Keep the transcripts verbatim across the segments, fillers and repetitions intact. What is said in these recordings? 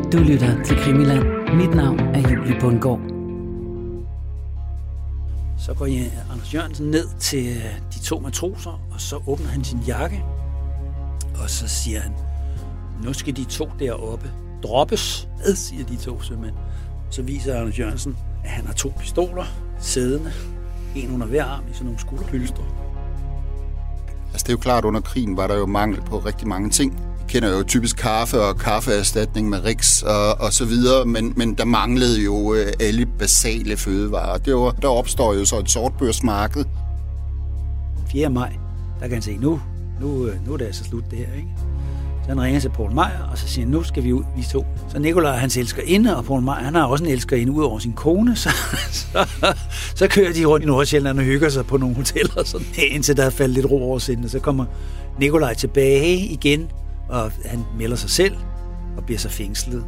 Du lytter til Krimiland. Mit navn er Julie Bundgaard. Så går jeg, Anders Jørgensen ned til de to matroser, og så åbner han sin jakke. Og så siger han, nu skal de to deroppe droppes. Hvad siger de to sømænd? Så viser Anders Jørgensen, at han har to pistoler siddende. En under hver arm i sådan nogle skulderhylstre. Altså det er jo klart, under krigen var der jo mangel på rigtig mange ting. Vi kender jo typisk kaffe og kaffeerstatning med Rix og, og så videre, men, men der manglede jo øh, alle basale fødevarer. Det var, der opstår jo så et sortbørsmarked. fjerde maj, der kan han se, nu, nu, nu er det altså slut det her, ikke? Så han ringer til Poul Meyer, og så siger han, nu skal vi ud, vi to. Så Nikolaj, hans elskerinde, og Poul Meyer, han har også en elskerinde ud over sin kone, så, så, så kører de rundt i Nordsjælland og hygger sig på nogle hoteller, sådan, indtil der er faldet lidt ro over sindene. Så kommer Nikolaj tilbage igen, og han melder sig selv og bliver så fængslet.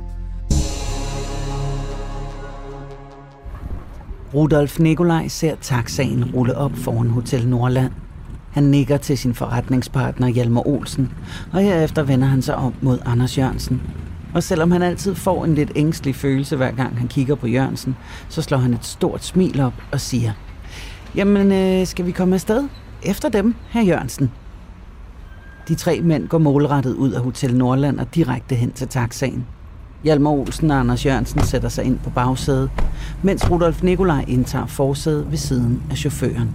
Rudolf Nikolaj ser taxaen rulle op foran Hotel Nordland. Han nikker til sin forretningspartner Hjalmar Olsen, og herefter vender han sig om mod Anders Jørgensen. Og selvom han altid får en lidt ængstelig følelse, hver gang han kigger på Jørgensen, så slår han et stort smil op og siger, jamen, øh, skal vi komme afsted? Efter dem, herr Jørgensen. De tre mænd går målrettet ud af Hotel Nordland og direkte hen til taxaen. Hjalmar Olsen og Anders Jørgensen sætter sig ind på bagsædet, mens Rudolf Nikolaj indtager forsædet ved siden af chaufføren.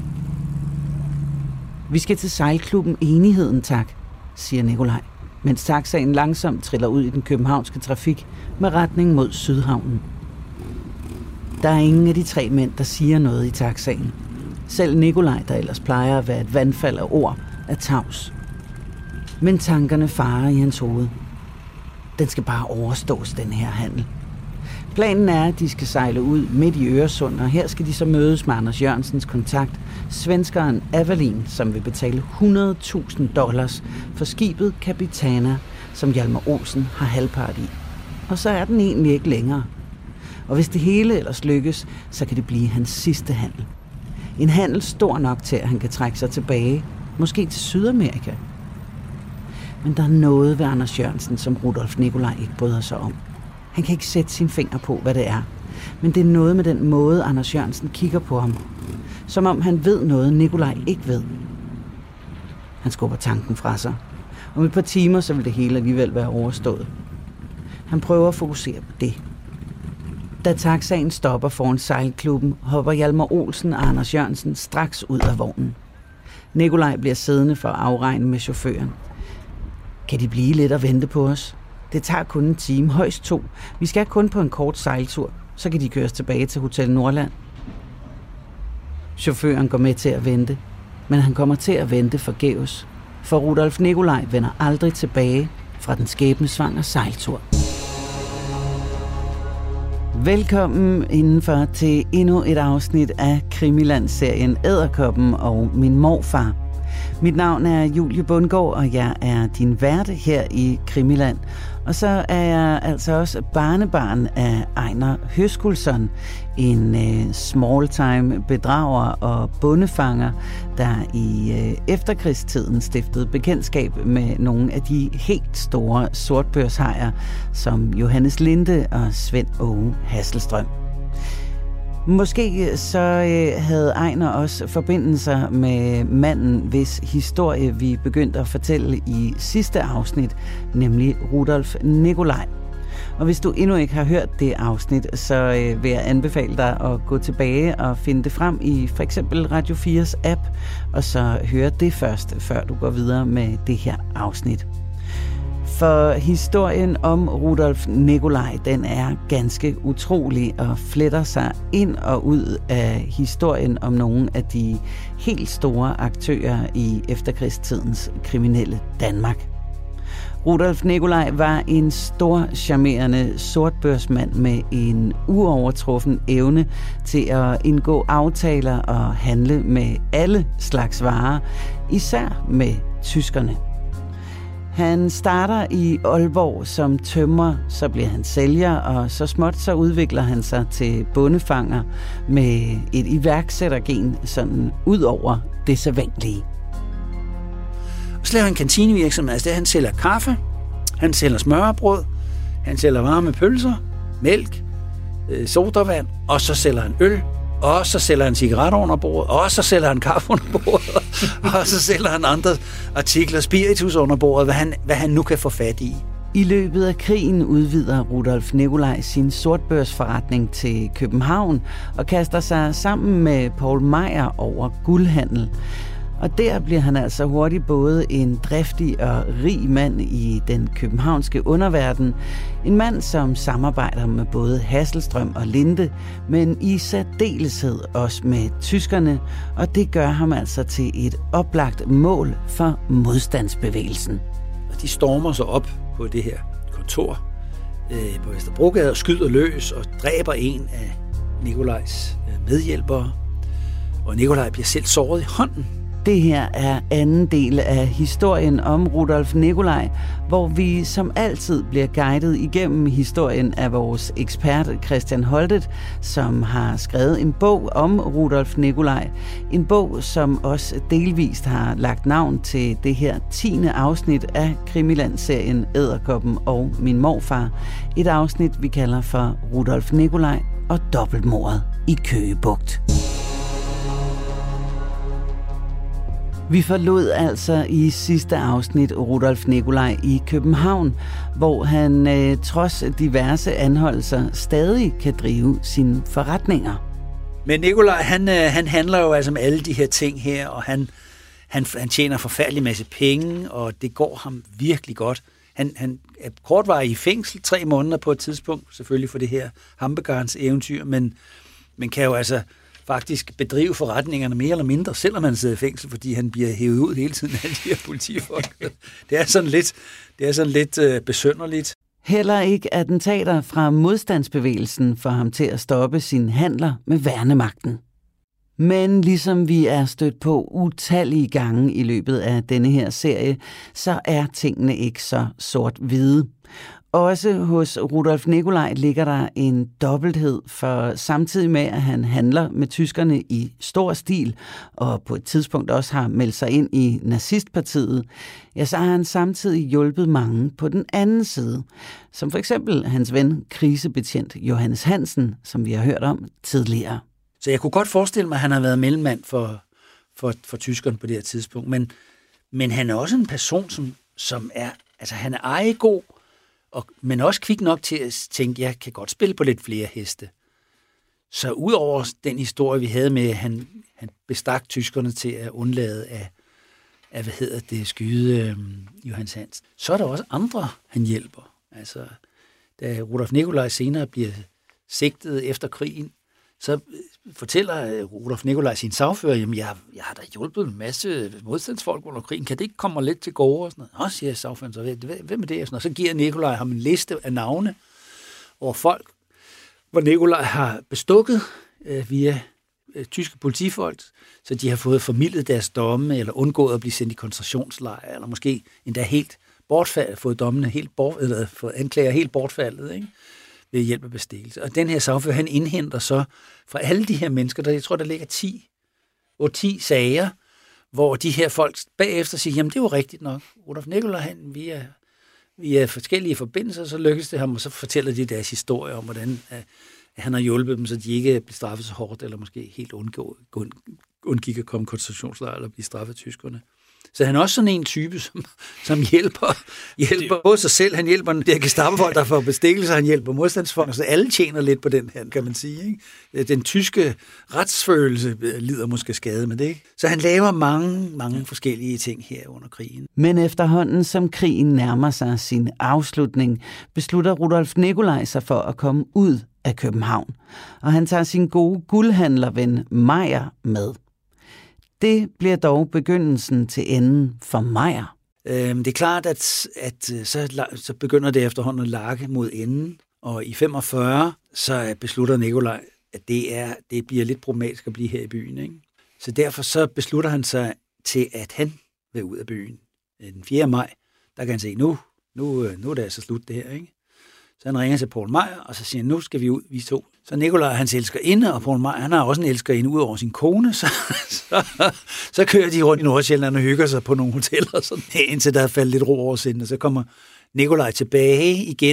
Vi skal til sejlklubben Enigheden, tak, siger Nikolaj, mens taxaen langsomt triller ud i den københavnske trafik med retning mod Sydhavnen. Der er ingen af de tre mænd, der siger noget i taxaen. Selv Nikolaj, der ellers plejer at være et vandfald af ord, er tavs. Men tankerne farer i hans hoved. Den skal bare overstås, den her handel. Planen er, at de skal sejle ud midt i Øresund, og her skal de så mødes med Anders Jørgensens kontakt, svenskeren Avalin, som vil betale hundrede tusind dollars for skibet Capitana, som Hjalmar Olsen har halvpart i. Og så er den egentlig ikke længere. Og hvis det hele ellers lykkes, så kan det blive hans sidste handel. En handel stor nok til, at han kan trække sig tilbage, måske til Sydamerika. Men der er noget ved Anders Jørgensen, som Rudolf Nikolaj ikke bryder sig om. Han kan ikke sætte sin finger på, hvad det er. Men det er noget med den måde, Anders Jørgensen kigger på ham. Som om han ved noget, Nikolaj ikke ved. Han skubber tanken fra sig. Om et par timer, så vil det hele alligevel være overstået. Han prøver at fokusere på det. Da taxaen stopper foran sejlklubben, hopper Hjalmar Olsen og Anders Jørgensen straks ud af vognen. Nikolaj bliver siddende for at afregne med chaufføren. Kan de blive lidt og vente på os? Det tager kun en time, højst to. Vi skal kun på en kort sejltur, så kan de køres tilbage til Hotel Nordland. Chaufføren går med til at vente, men han kommer til at vente forgæves, for Rudolf Nikolaj vender aldrig tilbage fra den skæbnesvangre sejltur. Velkommen indenfor til endnu et afsnit af Krimiland-serien Edderkoppen og min morfar. Mit navn er Julie Bundgaard, og jeg er din vært her i Krimiland. Og så er jeg altså også barnebarn af Ejnar Høskulsson, en øh, small-time bedrager og bondefanger, der i øh, efterkrigstiden stiftede bekendtskab med nogle af de helt store sortbørshajer, som Johannes Linde og Svend Åge Hasselstrøm. Måske så øh, havde Ejnar også forbindelser med manden, hvis historie vi begyndte at fortælle i sidste afsnit, nemlig Rudolf Nikolaj. Og hvis du endnu ikke har hørt det afsnit, så øh, vil jeg anbefale dig at gå tilbage og finde det frem i for eksempel Radio fires app, og så høre det først, før du går videre med det her afsnit. For historien om Rudolf Nikolaj, den er ganske utrolig og fletter sig ind og ud af historien om nogle af de helt store aktører i efterkrigstidens kriminelle Danmark. Rudolf Nikolaj var en stor, charmerende sortbørsmand med en uovertruffen evne til at indgå aftaler og handle med alle slags varer, især med tyskerne. Han starter i Aalborg som tømrer, så bliver han sælger, og så småt så udvikler han sig til bondefanger med et iværksættergen sådan ud over det sædvanlige. Så laver han kantinevirksomhed, altså det, han sælger kaffe, han sælger smørrebrød, Han sælger varme pølser, mælk, øh, sodavand, og så sælger han øl, og så sælger han cigaretter under bordet, og så sælger han kaffe under bordet, og så sælger han andre artikler, spiritus under bordet, hvad han, hvad han nu kan få fat i. I løbet af krigen udvider Rudolf Nikolaj sin sortbørsforretning til København og kaster sig sammen med Poul Meyer over guldhandel. Og der bliver han altså hurtigt både en driftig og rig mand i den københavnske underverden. En mand, som samarbejder med både Hasselstrøm og Linde, men i særdeleshed også med tyskerne. Og det gør ham altså til et oplagt mål for modstandsbevægelsen. Og de stormer så op på det her kontor øh, på Vesterbrogade og skyder løs og dræber en af Nikolajs øh, medhjælpere. Og Nikolaj bliver selv såret i hånden. Det her er anden del af historien om Rudolf Nikolaj, hvor vi som altid bliver guidet igennem historien af vores ekspert Christian Holtet, som har skrevet en bog om Rudolf Nikolaj. En bog, som også delvist har lagt navn til det her tiende afsnit af Krimiland-serien Edderkoppen og min morfar. Et afsnit, vi kalder for Rudolf Nikolaj og dobbeltmordet i Køge Bugt. Vi forlod altså i sidste afsnit Rudolf Nikolaj i København, hvor han øh, trods diverse anholdelser stadig kan drive sine forretninger. Men Nikolaj, han, øh, han handler jo altså med alle de her ting her, og han, han, han tjener forfærdelig masse penge, og det går ham virkelig godt. Han, han er kortvarig i fængsel, tre måneder på et tidspunkt, selvfølgelig for det her Hampegarns eventyr, men, men kan jo altså faktisk bedrive forretningerne mere eller mindre, selvom han sidder i fængsel, fordi han bliver hævet ud hele tiden af de her politifolk. Det er sådan lidt, det er sådan lidt øh, besynderligt. Heller ikke attentater fra modstandsbevægelsen får ham til at stoppe sine handler med værnemagten. Men ligesom vi er stødt på utallige gange i løbet af denne her serie, så er tingene ikke så sort-hvide. Også hos Rudolf Nikolaj ligger der en dobbelthed, for samtidig med, at han handler med tyskerne i stor stil, og på et tidspunkt også har meldt sig ind i nazistpartiet, ja, så har han samtidig hjulpet mange på den anden side. Som for eksempel hans ven, krisebetjent Johannes Hansen, som vi har hørt om tidligere. Så jeg kunne godt forestille mig, at han har været mellemmand for, for, for tyskerne på det her tidspunkt, men, men han er også en person, som, som er, altså han er ejegod, Og, men også kvik nok til at tænke, jeg kan godt spille på lidt flere heste. Så udover den historie, vi havde med, at han, han bestak tyskerne til at undlade af, af hvad hedder det, skyde øh, Johannes Hansen, så er der også andre, han hjælper. Altså, da Rudolf Nikolaj senere bliver sigtet efter krigen, så fortæller Rudolf Nikolaj sin sagfører, jamen jeg, jeg har da hjulpet en masse modstandsfolk under krigen, kan det ikke komme lidt til gode? Og sådan noget. Nå, siger sagføreren, så hvem er det? Og sådan, og så giver Nikolaj ham en liste af navne over folk, hvor Nikolaj har bestukket øh, via øh, tyske politifolk, så de har fået formildet deres domme, eller undgået at blive sendt i koncentrationslejre, eller måske endda helt bortfaldet, fået dommene helt bort, eller fået anklager helt bortfaldet, ikke? Ved hjælp af bestikkelse. Og den her sagfører, han indhenter så fra alle de her mennesker, der jeg tror, der ligger ti, og ti sager, hvor de her folk bagefter siger, jamen det var rigtigt nok. Rudolf Nikolaj, han via, via forskellige forbindelser, så lykkes det ham, og så fortæller de deres historie om, hvordan at han har hjulpet dem, så de ikke bliver straffet så hårdt, eller måske helt undgå, undgik at komme i koncentrationslejr eller blive straffet af tyskerne. Så han er også sådan en type, som, som hjælper, hjælper både sig selv, han hjælper de Gestapo-folk, der får bestikkelse, han hjælper modstandsfolk, så alle tjener lidt på den her, kan man sige. Ikke? Den tyske retsfølelse lider måske skade med det. Ikke? Så han laver mange, mange forskellige ting her under krigen. Men efterhånden, som krigen nærmer sig sin afslutning, beslutter Rudolf Nikolaj sig for at komme ud af København. Og han tager sin gode guldhandlerven Meyer med. Det bliver dog begyndelsen til enden for Meyer. Øhm, det er klart, at, at så, så begynder det efterhånden at lakke mod enden, og i femogfyrre så beslutter Nikolaj, at det, er, det bliver lidt problematisk at blive her i byen. Ikke? Så derfor så beslutter han sig til, at han vil ud af byen. Den fjerde maj, der kan han se, nu, nu, nu er det altså slut det her. Ikke? Så han ringer til Poul Meyer, og så siger han, nu skal vi ud, vi to. Så Nikolaj, hans elskerinde, og Poul Meyer, han har også en elskerinde ud over sin kone, så, så, så kører de rundt i Nordsjælland og hygger sig på nogle hoteller, sådan, indtil der er faldet lidt ro over sinden, og så kommer Nikolaj tilbage igen,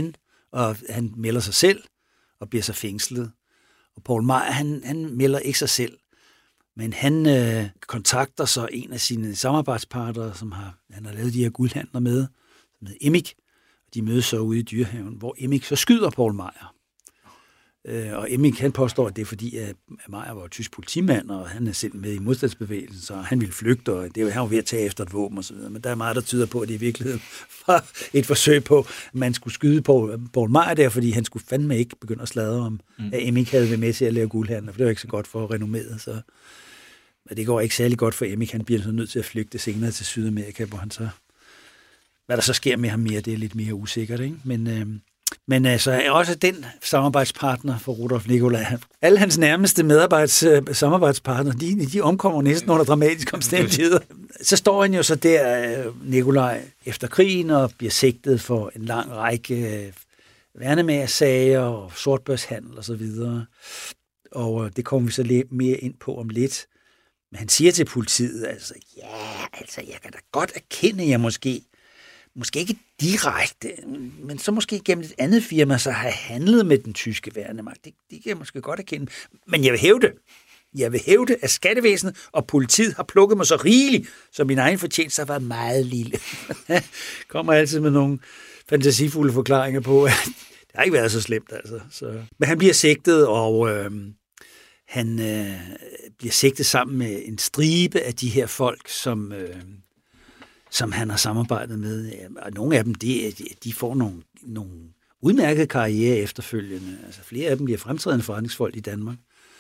og han melder sig selv og bliver så fængslet. Og Poul Meyer, han, han melder ikke sig selv, men han øh, kontakter så en af sine samarbejdspartnere, som har, han har lavet de her guldhandler med, med Emig. De mødes så ude i Dyrehaven, hvor Emig så skyder Poul Meyer. Øh, og Emig, han påstår, at det er fordi, at Meyer var tysk politimand, og han er selv med i modstandsbevægelsen, så han ville flygte, og det var, han var ved at tage efter et våben og så videre. Men der er meget, der tyder på, at det i virkeligheden var et forsøg på, at man skulle skyde på Poul Meyer der, fordi han skulle fandme ikke begynde at sladre om, mm. at Emig havde været med til at lave guldhandler, for det var ikke så godt for renomméet. Så men det går ikke særlig godt for Emig. Han bliver så nødt til at flygte senere til Sydamerika, hvor han så... Hvad der så sker med ham mere, det er lidt mere usikkert, ikke? Men... Øh, Men altså, også den samarbejdspartner for Rudolf Nicolai, alle hans nærmeste medarbejds, samarbejdspartnere, de, de omkommer næsten under dramatiske omstændigheder. Så står han jo så der, Nicolai, efter krigen og bliver sigtet for en lang række værnemagersager og sortbørshandel og så videre. Og det kommer vi så lidt mere ind på om lidt. Men han siger til politiet, altså, ja, altså, jeg kan da godt erkende, at jeg måske Måske ikke direkte, men så måske gennem et andet firma, så har jeg handlet med den tyske værnemagt. Det, det kan jeg måske godt erkende. Men jeg vil hævde, jeg vil hævde, at skattevæsenet og politiet har plukket mig så rigeligt, så min egen fortjeneste har været meget lille. Kommer altid med nogle fantasifulde forklaringer på, at det har ikke været så slemt. Altså. Så. Men han bliver sigtet, og øh, han øh, bliver sigtet sammen med en stribe af de her folk, som... Øh, som han har samarbejdet med. Og nogle af dem, de, de får nogle, nogle udmærkede karriere efterfølgende. Altså flere af dem bliver fremtrædende forretningsfolk i Danmark,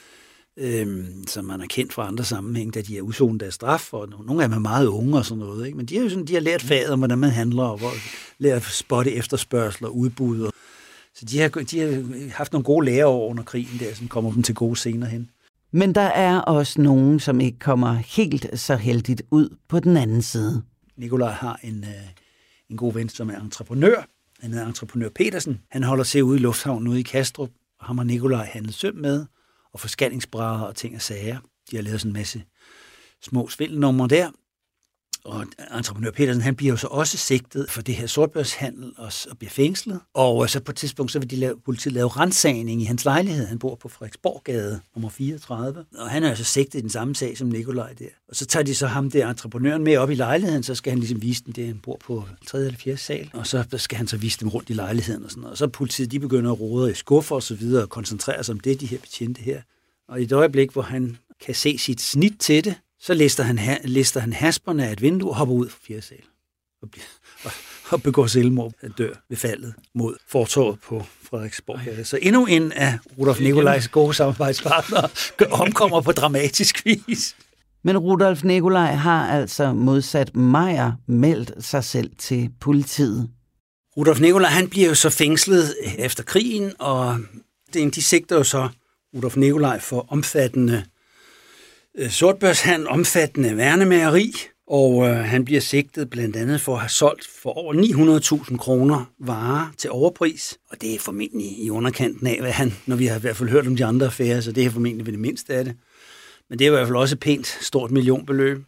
øhm, som man har kendt fra andre sammenhæng, da de er udsonet deres straf, og nogle af dem er meget unge og sådan noget. Ikke? Men de har jo sådan, de har lært faget om, hvordan man handler, og hvor, lært at spotte efterspørgsel og udbud. Og, så de har, de har haft nogle gode læreår under krigen der, som kommer dem til gode senere hen. Men der er også nogen, som ikke kommer helt så heldigt ud på den anden side. Nicolai har en, øh, en god ven, som er entreprenør. Han hedder Entreprenør Petersen. Han holder til ude i lufthavnen ude i Kastrup, og ham har Nicolai handlet søm med, og forskandingsbrædder og ting og sager. De har lavet sådan en masse små svindelnumre der. Og Entreprenør Petersen, han bliver jo så også sigtet for det her sortbørshandel og, og bliver fængslet. Og så på et tidspunkt, så vil de lave, politiet lave ransagning i hans lejlighed. Han bor på Frederiksborggade, nummer fireogtredive. Og han er altså sigtet i den samme sag som Nicolai der. Og så tager de så ham der, entreprenøren, med op i lejligheden, så skal han ligesom vise dem det, han bor på tredje eller fjerde sal. Og så skal han så vise dem rundt i lejligheden og sådan noget. Og så politiet, de begynder at rode i skuffer og så videre, og koncentrere sig om det, de her betjente her. Og i et øjeblik, hvor han kan se sit snit til det, så lister han, lister han hasperne af et vindue og hopper ud fra fjerde sal. Og, bliver, og, og begår selvmord. Han dør ved faldet mod fortovet på Frederiksborg. Så endnu en af Rudolf Nicolais gode samarbejdspartnere omkommer på dramatisk vis. Men Rudolf Nicolai har altså modsat Meyer meldt sig selv til politiet. Rudolf Nicolai, han bliver jo så fængslet efter krigen, og de sigter jo så Rudolf Nicolai for omfattende sortbørshandel, omfattende værnemageri, og øh, han bliver sigtet blandt andet for at have solgt for over ni hundrede tusind kroner varer til overpris, og det er formentlig i underkanten af, hvad han, når vi har i hvert fald hørt om de andre affærer, så det er formentlig ved det mindste af det. Men det er i hvert fald også et pænt stort millionbeløb.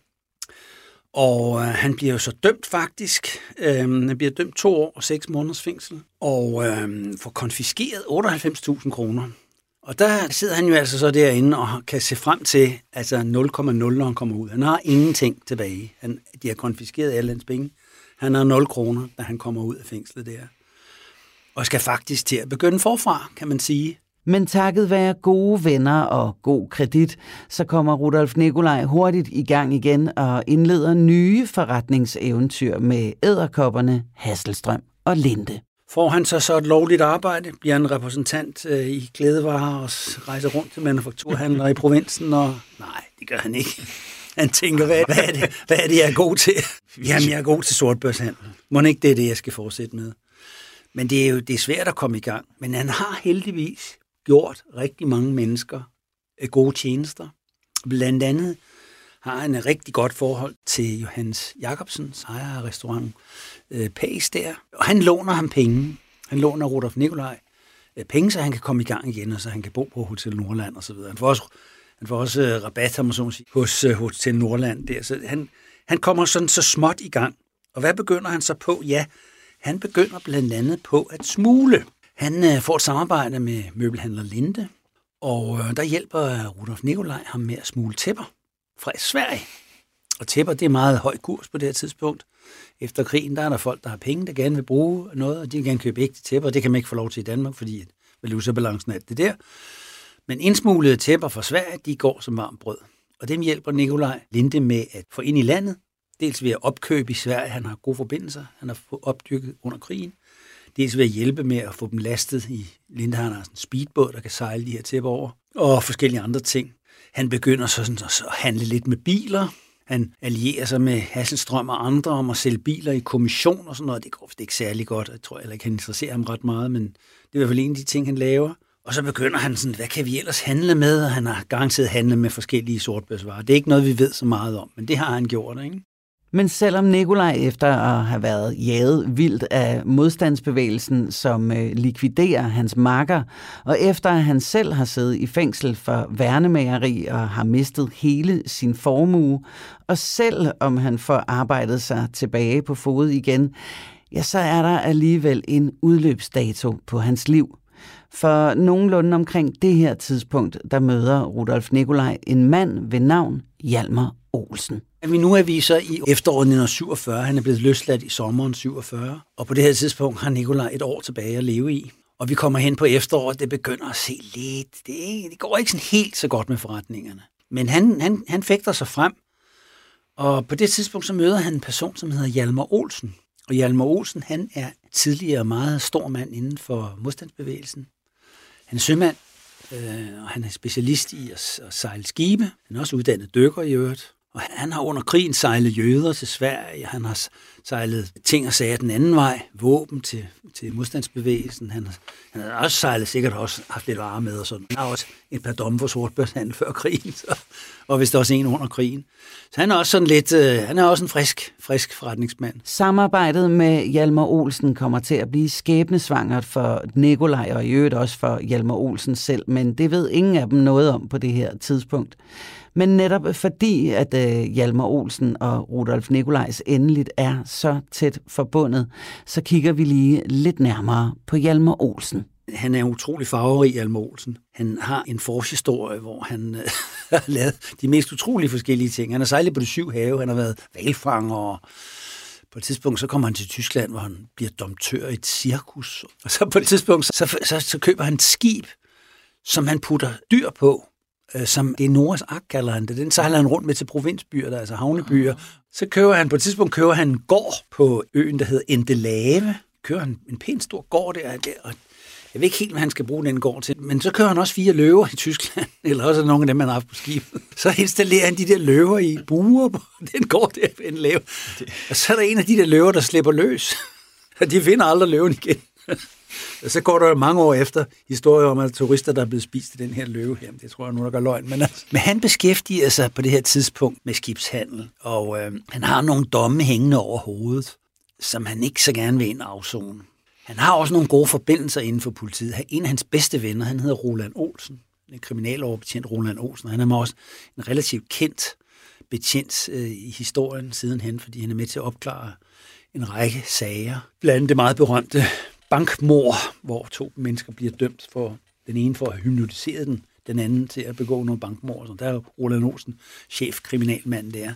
Og øh, han bliver jo så dømt faktisk. Øh, han bliver dømt to år og seks måneders fængsel, og øh, får konfiskeret otteoghalvfems tusind kroner. Og der sidder han jo altså så derinde og kan se frem til altså nul komma nul, når han kommer ud. Han har ingenting tilbage. Han, de har konfiskeret alle hans penge. Han har nul kroner, da han kommer ud af fængslet der. Og skal faktisk til at begynde forfra, kan man sige. Men takket være gode venner og god kredit, så kommer Rudolf Nicolai hurtigt i gang igen og indleder nye forretningseventyr med edderkopperne Hasselstrøm og Linde. Får han så så et lovligt arbejde, bliver han repræsentant øh, i klædevarer og rejser rundt til manufakturhandlere i provinsen, og nej, det gør han ikke. Han tænker, hvad, hvad, er, det, hvad er det, jeg er god til? Jamen, jeg er god til sortbørshandel. Må ikke det er det, jeg skal fortsætte med? Men det er jo det er svært at komme i gang. Men han har heldigvis gjort rigtig mange mennesker gode tjenester. Blandt andet har han et rigtig godt forhold til Johannes Jacobsens ejer af restaurant øh, Pace der. Og han låner ham penge. Han låner Rudolf Nicolai øh, penge, så han kan komme i gang igen, og så han kan bo på Hotel Nordland og så videre. Han får også, han får også øh, rabat, han må så sige, hos øh, Hotel Nordland der. Så han, han kommer sådan så småt i gang. Og hvad begynder han så på? Ja, han begynder blandt andet på at smule. Han øh, får et samarbejde med møbelhandler Linde, og øh, der hjælper Rudolf Nikolaj ham med at smule tæpper fra Sverige. Og tæpper, det er meget høj kurs på det her tidspunkt. Efter krigen, der er der folk, der har penge, der gerne vil bruge noget, og de vil gerne købe ægte tæpper, og det kan man ikke få lov til i Danmark, fordi valutabalancen er alt det der. Men indsmuglede tæpper fra Sverige, de går som varmt brød. Og dem hjælper Nikolaj Linde med at få ind i landet. Dels ved at opkøbe i Sverige, han har gode forbindelser, han har fået opdyrket under krigen. Dels ved at hjælpe med at få dem lastet i Linde, han har sådan en speedbåd, der kan sejle de her tæpper over. Og forskellige andre ting. Han begynder så sådan at handle lidt med biler. Han allierer sig med Hasselstrøm og andre om at sælge biler i kommission og sådan noget. Det går vist ikke særlig godt. Jeg tror heller ikke, han interesserer ham ret meget, men det er i hvert fald en af de ting, han laver. Og så begynder han sådan, hvad kan vi ellers handle med? Og han har garanteret handlet med forskellige sortbørsvarer. Det er ikke noget, vi ved så meget om, men det har han gjort, ikke? Men selvom Nikolaj efter at have været jaget vildt af modstandsbevægelsen, som øh, likviderer hans makker, og efter at han selv har siddet i fængsel for værnemageri og har mistet hele sin formue, og selv om han får arbejdet sig tilbage på fod igen, ja, så er der alligevel en udløbsdato på hans liv. For nogenlunde omkring det her tidspunkt, der møder Rudolf Nikolaj en mand ved navn Hjalmar Olsen. Vi nu er vi så i efteråret nitten syvogfyrre. Han er blevet løsladt i sommeren syvogfyrre. Og på det her tidspunkt har Nikolaj et år tilbage at leve i. Og vi kommer hen på efteråret, det begynder at se lidt. Det, det går ikke sådan helt så godt med forretningerne. Men han, han, han fægter sig frem. Og på det tidspunkt så møder han en person, som hedder Hjalmar Olsen. Og Hjalmar Olsen, han er tidligere meget stor mand inden for modstandsbevægelsen. Han er sømand, øh, og han er specialist i at, at sejle skibe. Han er også uddannet dykker i øvrigt. Og han har under krigen sejlet jøder til Sverige. Han har sejlet ting og sager den anden vej, våben til, til modstandsbevægelsen. Han har, han har også sejlet, sikkert også haft lidt varer med og sådan. Han har også et par domme for sortbørshandel før krigen, så, og vist også en under krigen. Så han er også sådan lidt, øh, han er også en frisk, frisk forretningsmand. Samarbejdet med Hjalmar Olsen kommer til at blive skæbnesvangert for Nikolaj og i øvrigt også for Hjalmar Olsen selv, men det ved ingen af dem noget om på det her tidspunkt. Men netop fordi, at øh, Hjalmar Olsen og Rudolf Nikolajs endeligt er så tæt forbundet, så kigger vi lige lidt nærmere på Hjalmar Olsen. Han er en utrolig farverig, Hjalmar Olsen. Han har en forhistorie, hvor han øh, har lavet de mest utrolige forskellige ting. Han har sejlet på de syv have, han har været hvalfanger, og på et tidspunkt så kommer han til Tyskland, hvor han bliver domptør i et cirkus. Og så på et tidspunkt så, så, så, så køber han et skib, som han putter dyr på. Som det er Noras Ark, kalder han det. Den sejler han rundt med til provinsbyer, der, altså havnebyer. Så køber han, på et tidspunkt køber han en gård på øen, der hedder Endelave. Køber han en pæn stor gård der, der, og jeg ved ikke helt, hvad han skal bruge den gård til. Men så køber han også fire løver i Tyskland, eller også nogle af dem, han har haft på skibet. Så installerer han de der løver i buer på den gård der på Endelave. Og så er der en af de der løver, der slipper løs. Og de finder aldrig løven igen. Og så går der jo mange år efter historier om, at turister, der er blevet spist i den her løve her. Det tror jeg nu, der gør løgn. Men, altså. Men han beskæftiger sig på det her tidspunkt med skibshandel, og øh, han har nogle domme hængende over hovedet, som han ikke så gerne vil ind afzone. Han har også nogle gode forbindelser inden for politiet. En af hans bedste venner, han hedder Roland Olsen, en kriminaloverbetjent Roland Olsen. Han er også en relativt kendt betjent øh, i historien sidenhen, fordi han er med til at opklare en række sager. Blandt andet det meget berømte bankmord, hvor to mennesker bliver dømt for, den ene for at have hypnotiseret den, den anden til at begå noget bankmord. Så der er jo Roland Olsen, chefkriminalmand der.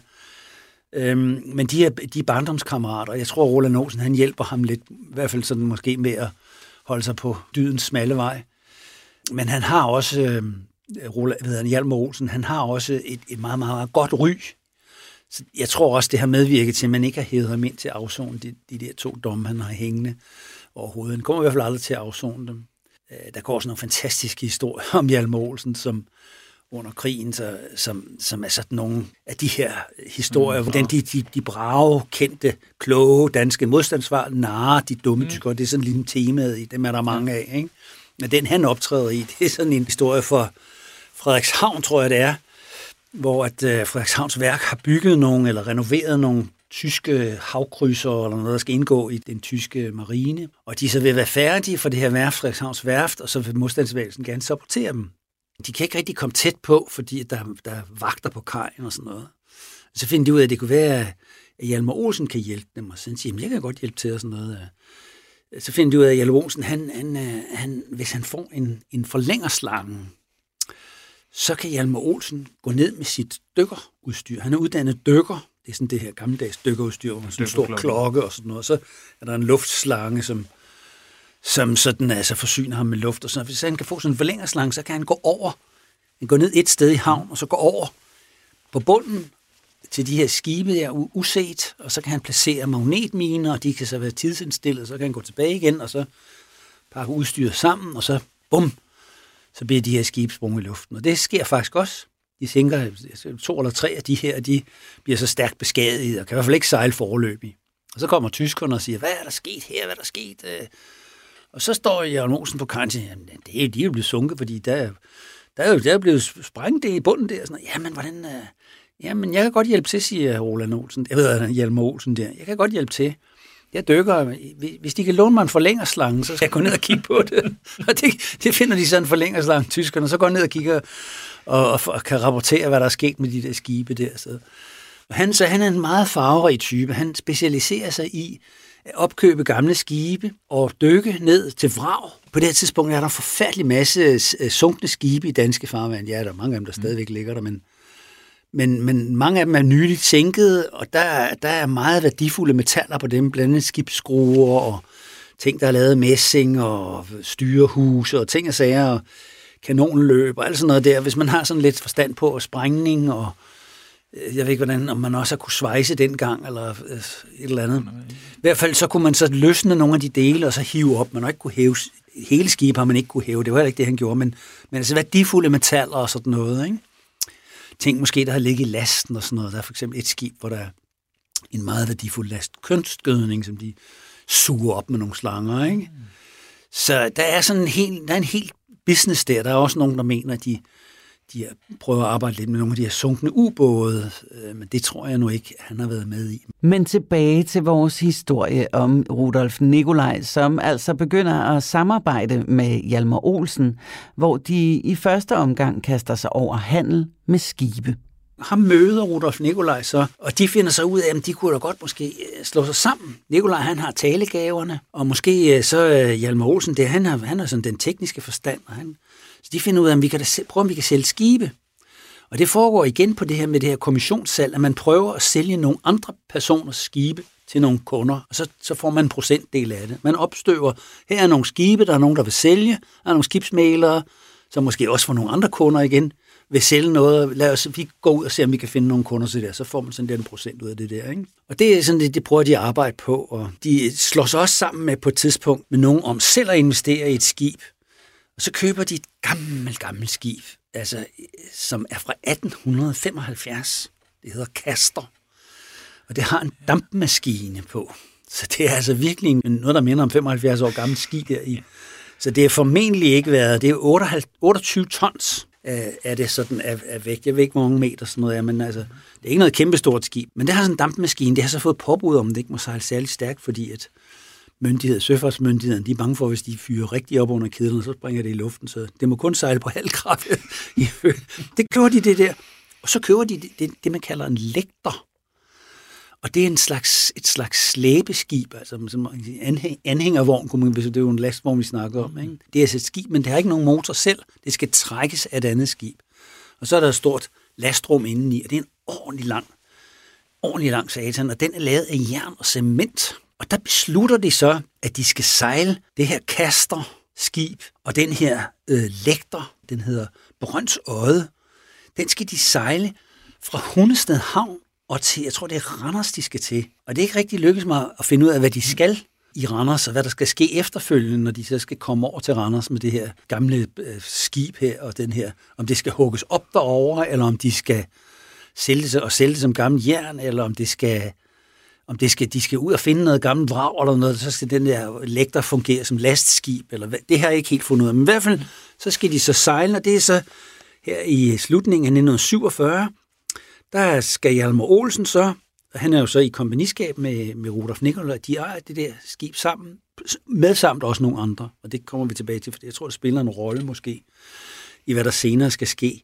Øhm, men de er, de er barndomskammerater, og jeg tror, at Roland Olsen, han hjælper ham lidt, i hvert fald sådan måske med at holde sig på dydens smalle vej. Men han har også, øh, Roland, hvad hedder han, Hjalmar Olsen, han har også et, et meget, meget godt ry. Så jeg tror også, det har medvirket til, at man ikke har hævet ham ind til at afzone de, de der to domme, han har hængende overhovedet. Han kommer i hvert fald aldrig til at afzone dem. Der går også nogle fantastiske historier om Hjalmar Olsen, som under krigen, så, som, som er sådan nogle af de her historier, mm, hvordan de, de, de brave, kendte, kloge danske modstandsvar, narre, de dumme mm. tykker, det er sådan lidt en temaet i, dem er der mange af, ikke? Men den han optræder i, det er sådan en historie for Frederikshavn, tror jeg det er, hvor at uh, Frederikshavns Værk har bygget nogle, eller renoveret nogle tyske havkrydser eller noget, der skal indgå i den tyske marine. Og de så vil være færdige for det her værft, Frederikshavns Værft, og så vil modstandsbevægelsen gerne sabotere dem. De kan ikke rigtig komme tæt på, fordi der, der er vagter på kajen og sådan noget. Og så finder de ud af, at det kunne være, at Hjalmar Olsen kan hjælpe dem, og så siger de, jeg kan godt hjælpe til og sådan noget. så finder de ud af, at Hjalmar Olsen, han, han, han, hvis han får en, en forlængerslange, så kan Hjalmar Olsen gå ned med sit dykkerudstyr. Han er uddannet dykker. Det er sådan det her gammeldags dykkerudstyr, hvor man sådan en stor klokke og sådan noget. Så er der en luftslange, som, som sådan, altså forsyner ham med luft. Og sådan. Hvis han kan få sådan en forlængerslange, så kan han gå over. Han går ned et sted i havn, og så går over på bunden til de her skibe der uset, og så kan han placere magnetminer, og de kan så være tidsindstillet, så kan han gå tilbage igen, og så pakke udstyret sammen, og så bum, så bliver de her skibe sprunget i luften. Og det sker faktisk også. De sænker, to eller tre af de her, de bliver så stærkt beskadiget, og kan i hvert fald ikke sejle foreløbig. Og så kommer tyskerne og siger, hvad er der sket her, hvad er der sket? Og så står Hjalmar Olsen på kajen og siger, det er, de er jo blevet sunket, fordi der, der er jo der er blevet sprængt det i bunden der. Sådan, jamen, hvordan... Jamen, jeg kan godt hjælpe til, siger Roland Olsen. Jeg ved, Hjalmar Olsen der. Jeg kan godt hjælpe til. Jeg dykker. Hvis de kan låne mig en forlængerslange, så skal jeg gå ned og kigge på det. Og det, det finder de sådan en forlængerslange, tyskerne. Så går jeg ned og kigger og, og, og kan rapportere, hvad der er sket med de der skibe der. Så. Og han, så han er en meget farverig type. Han specialiserer sig i at opkøbe gamle skibe og dykke ned til vrag. På det her tidspunkt er der en forfærdelig masse sunkne skibe i danske farvand. Ja, der er mange af dem, der stadigvæk ligger der, men Men, men mange af dem er nyligt sænket, og der, der er meget værdifulde metaller på dem, blandt andet skibsskruer og ting, der er lavet messing og styrehuse og ting og sager og kanonløb og alt sådan noget der. Hvis man har sådan lidt forstand på sprængning og jeg ved ikke, hvordan, om man også har kunne svejse dengang eller et eller andet. I hvert fald så kunne man så løsne nogle af de dele og så hive op. Man har ikke kunne hæve, hele skib har man ikke kunne hæve, det var heller ikke det, han gjorde, men, men altså værdifulde metaller og sådan noget, ikke? Ting måske, der har ligget i lasten og sådan noget. Der er for eksempel et skib, hvor der er en meget værdifuld last kunstgødning, som de suger op med nogle slanger, ikke? Mm. Så der er sådan en hel, der er en helt business der. Der er også nogen, der mener, at de, de prøver at arbejde lidt med nogle af de her sunkne ubåde, men det tror jeg nu ikke, han har været med i. Men tilbage til vores historie om Rudolf Nicolai, som altså begynder at samarbejde med Hjalmar Olsen, hvor de i første omgang kaster sig over handel med skibe. Ham møder Rudolf Nicolai så, og de finder så ud af, at de kunne da godt måske slå sig sammen. Nicolai, han har talegaverne, og måske så Hjalmar Olsen, det, han har, han har sådan den tekniske forstand, og han, så de finder ud af, at vi kan da prøve, om vi kan sælge skibe. Og det foregår igen på det her med det her kommissionssalg, at man prøver at sælge nogle andre personers skibe til nogle kunder, og så, så får man en procentdel af det. Man opstøver, her er nogle skibe, der er nogen, der vil sælge, der er nogle skibsmælere, som måske også får nogle andre kunder igen, vil sælge noget. Lad os vi gå ud og se, om vi kan finde nogle kunder til det, så får man sådan der en procent ud af det der, ikke? Og det er sådan det, de prøver de at arbejde på, og de slår sig også sammen med på et tidspunkt med nogen om selv at investere i et skib. Og så køber de et gammelt, gammelt skib, altså, som er fra atten femoghalvfjerds. Det hedder Kaster. Og det har en dampmaskine på. Så det er altså virkelig noget, der minder om femoghalvfjerds år gammelt skib der i. Så det er formentlig ikke været, det er otteogtyve tons af det sådan af, af vægt. Jeg ved ikke, hvor mange meter sådan noget er, men altså, det er ikke noget kæmpestort skib. Men det har sådan en dampmaskine, det har så fået påbud om, det ikke må sejle særlig stærkt, fordi at myndighed, søfartsmyndigheden, de er bange for, hvis de fyrer rigtig op under kedlen, så springer det i luften, så det må kun sejle på halv kraft. Det køber de det der. Og så køber de det, det, det man kalder en lægter. Og det er en slags, et slags slæbeskib, altså som anhæng, anhængervogn, kunne man, hvis det er jo en lastvogn, vi snakker om. Ikke? Det er altså et skib, men det har ikke nogen motor selv. Det skal trækkes af et andet skib. Og så er der et stort lastrum indeni, og det er en ordentlig lang, ordentlig lang satan, og den er lavet af jern og cement. Og der beslutter de så, at de skal sejle det her kasterskib, og den her øh, lægter, den hedder Brøns Odde, den skal de sejle fra Hundested Havn og til, jeg tror det er Randers, de skal til. Og det er ikke rigtig lykkes mig at finde ud af, hvad de skal i Randers, og hvad der skal ske efterfølgende, når de så skal komme over til Randers med det her gamle øh, skib her, og den her, om det skal hugges op derovre, eller om de skal sælge det, og sælge det som gammelt jern, eller om det skal... om det skal, de skal ud og finde noget gammelt vrag eller noget, så skal den der lægter fungere som lastskib, eller hvad, det har jeg ikke helt fundet ud af. Men i hvert fald, så skal de så sejle, og det er så her i slutningen af nitten syvogfyrre, der skal Hjalmar Olsen så, og han er jo så i kompagniskab med, med Rudolf Nicolai, de ejer det der skib sammen, med samt også nogle andre, og det kommer vi tilbage til, for jeg tror, det spiller en rolle måske, i hvad der senere skal ske.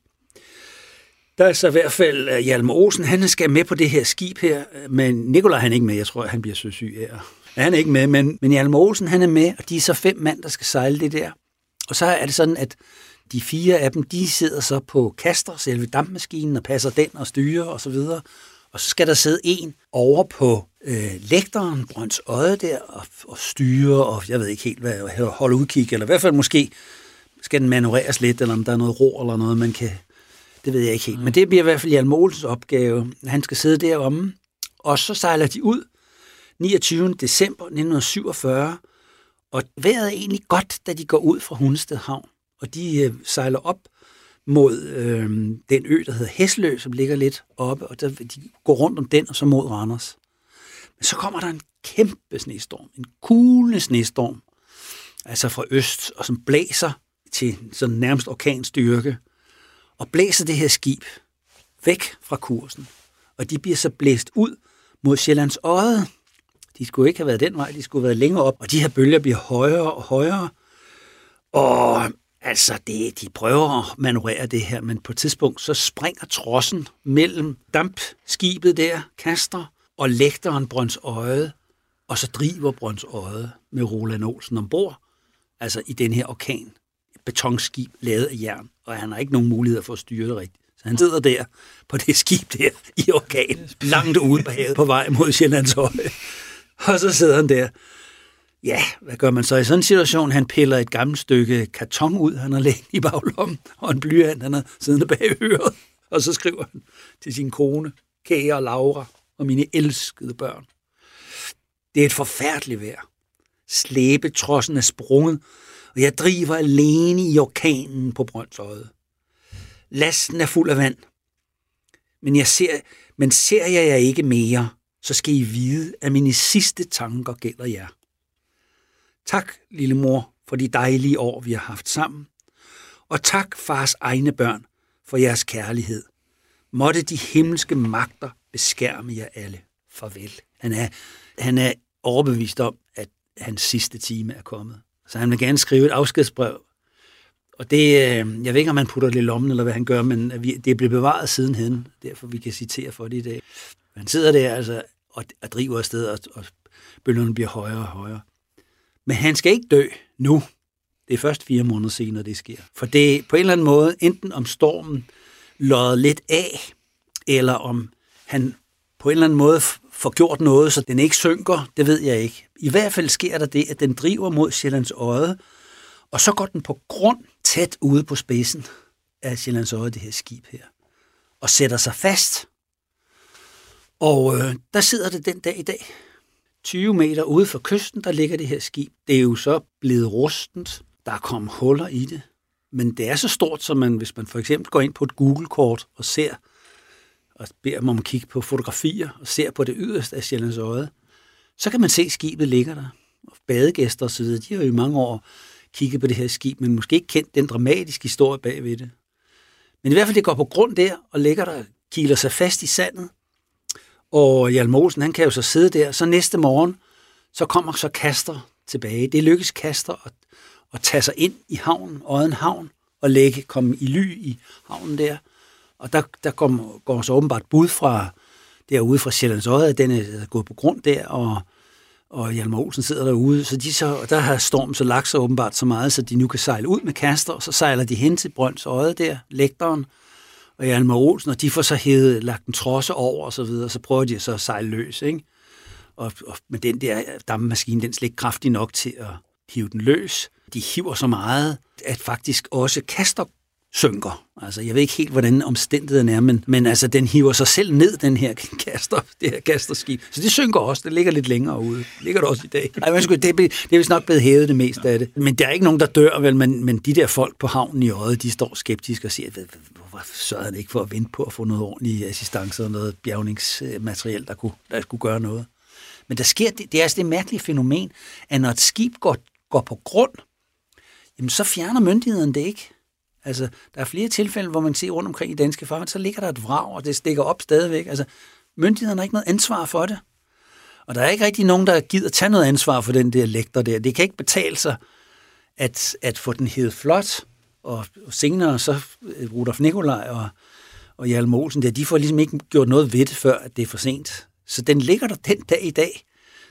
Der er så i hvert fald uh, Hjalmar Olsen, han skal med på det her skib her, men Nicolai han er ikke med. Jeg tror, han bliver søsyg af Ja, han er ikke med, men, men Hjalmar Olsen, han er med, og de er så fem mand, der skal sejle det der. Og så er det sådan, at de fire af dem, de sidder så på kaster, selve dampmaskinen, og passer den og styrer og så videre. Og så skal der sidde en over på øh, lægteren, Brøns Odde der, og, og styre, og jeg ved ikke helt, hvad, holde udkig, eller i hvert fald måske skal den manøvreres lidt, eller om der er noget ro eller noget, man kan, det ved jeg ikke helt. Men det bliver i hvert fald Hjalmar Olsens opgave. Han skal sidde deromme, og så sejler de ud niogtyvende december nitten syvogfyrre, og vejret er egentlig godt, da de går ud fra Hundested Havn, og de øh, sejler op mod øh, den ø, der hedder Hæslø, som ligger lidt oppe, og der, de går rundt om den, og så mod Randers. Men så kommer der en kæmpe snestorm, en kulende snestorm, altså fra øst, og som blæser til sådan nærmest orkanstyrke, og blæser det her skib væk fra kursen, og de bliver så blæst ud mod Sjællands Odde. De skulle ikke have været den vej, de skulle have været længere op, og de her bølger bliver højere og højere, og altså, det, de prøver at manøvrere det her, men på et tidspunkt, så springer trossen mellem dampskibet der, kaster, og lægteren Brøns Odde, og så driver Brøns Odde med Roland Olsen ombord, altså i den her orkan, betonskib lavet af jern, og han har ikke nogen mulighed for at styre det rigtigt. Så han sidder der på det skib der i orkan, langt ude på havet, på vej mod Sjællands Odde, og så sidder han der. Ja, hvad gør man så i sådan en situation? Han piller et gammelt stykke karton ud, han har lagt i baglommen, og en blyant, han har siddende bag øret. Og så skriver han til sin kone, Kære og Laura, og mine elskede børn. Det er et forfærdeligt vejr. Slæbetrossen er sprunget, og jeg driver alene i orkanen på Brøns Odde. Lasten er fuld af vand. Men, jeg ser, men ser jeg jer ikke mere, så skal I vide, at mine sidste tanker gælder jer. Tak, lille mor, for de dejlige år, vi har haft sammen. Og tak, fars egne børn, for jeres kærlighed. Måtte de himmelske magter beskærme jer alle. Farvel. Han er, han er overbevist om, at hans sidste time er kommet. Så han vil gerne skrive et afskedsbrev. Og det, jeg ved ikke, om han putter det i lommen, eller hvad han gør, men det er blevet bevaret sidenhen. Derfor vi kan citere for det i dag. Han sidder der altså og, og driver afsted, og, og bølgerne bliver højere og højere. Men han skal ikke dø nu. Det er først fire måneder senere, det sker. For det er på en eller anden måde, enten om stormen lodder lidt af, eller om han på en eller anden måde får gjort noget, så den ikke synker, det ved jeg ikke. I hvert fald sker der det, at den driver mod Sjællands Odde, og så går den på grund tæt ude på spidsen af Sjællands Odde, det her skib her, og sætter sig fast. Og øh, der sidder det den dag i dag. tyve meter ude for kysten, der ligger det her skib. Det er jo så blevet rustent. Der er kommet huller i det. Men det er så stort, som man, hvis man for eksempel går ind på et Google-kort og ser, og beder dem om at kigge på fotografier, og ser på det yderste af Sjællands Odde, så kan man se, at skibet ligger der. Og badegæster og så videre, de har jo i mange år kigget på det her skib, men måske ikke kendt den dramatiske historie bagved det. Men i hvert fald, det går på grund der, og ligger der, kiler sig fast i sandet. Og Hjalmar Olsen, han kan jo så sidde der, så næste morgen, så kommer så Kaster tilbage. Det lykkes Kaster at, at tage sig ind i havnen, Odden Havn, og lægge, komme i ly i havnen der. Og der, der kom, går så åbenbart bud fra derude fra Sjællands Odde, at den er gået på grund der, og, og Hjalmar Olsen sidder derude. Så de så, og der har stormen så lagt sig åbenbart så meget, så de nu kan sejle ud med Kaster, og så sejler de hen til Brøns Odde der, lægteren, og Hjalmar Olsen, og de får så hævet, lagt en trosse over og så videre, og så prøver de så at sejle løs, ikke? Og, og med den der dampmaskine, den er slet ikke kraftig nok til at hive den løs. De hiver så meget, at faktisk også Kaster synker. Altså, jeg ved ikke helt, hvordan omstændigheden er, men, men altså, den hiver sig selv ned, den her Kaster, det her Kasterskib. Så det synker også, det ligger lidt længere ude. Det ligger det også i dag. Ej, men, det, er, det er vist nok blevet hævet det meste af det. Men der er ikke nogen, der dør, vel, men, men de der folk på havnen i Odde, de står skeptiske og siger, hvorfor sørger han ikke for at vente på at få noget ordentlig assistance og noget bjergningsmateriel, der kunne, der kunne gøre noget. Men der sker, det, det er altså det mærkelige fænomen, at når et skib går, går på grund, jamen så fjerner myndighederne det ikke. Altså, der er flere tilfælde, hvor man ser rundt omkring i danske farvand, så ligger der et vrag, og det stikker op stadigvæk. Altså, myndighederne har ikke noget ansvar for det. Og der er ikke rigtig nogen, der gider tage noget ansvar for den der lægter der. Det kan ikke betale sig at, at få den hed flot, og, og senere så Rudolf Nikolaj og, og Hjalmar Olsen der, de får ligesom ikke gjort noget ved det, før at det er for sent. Så den ligger der den dag i dag.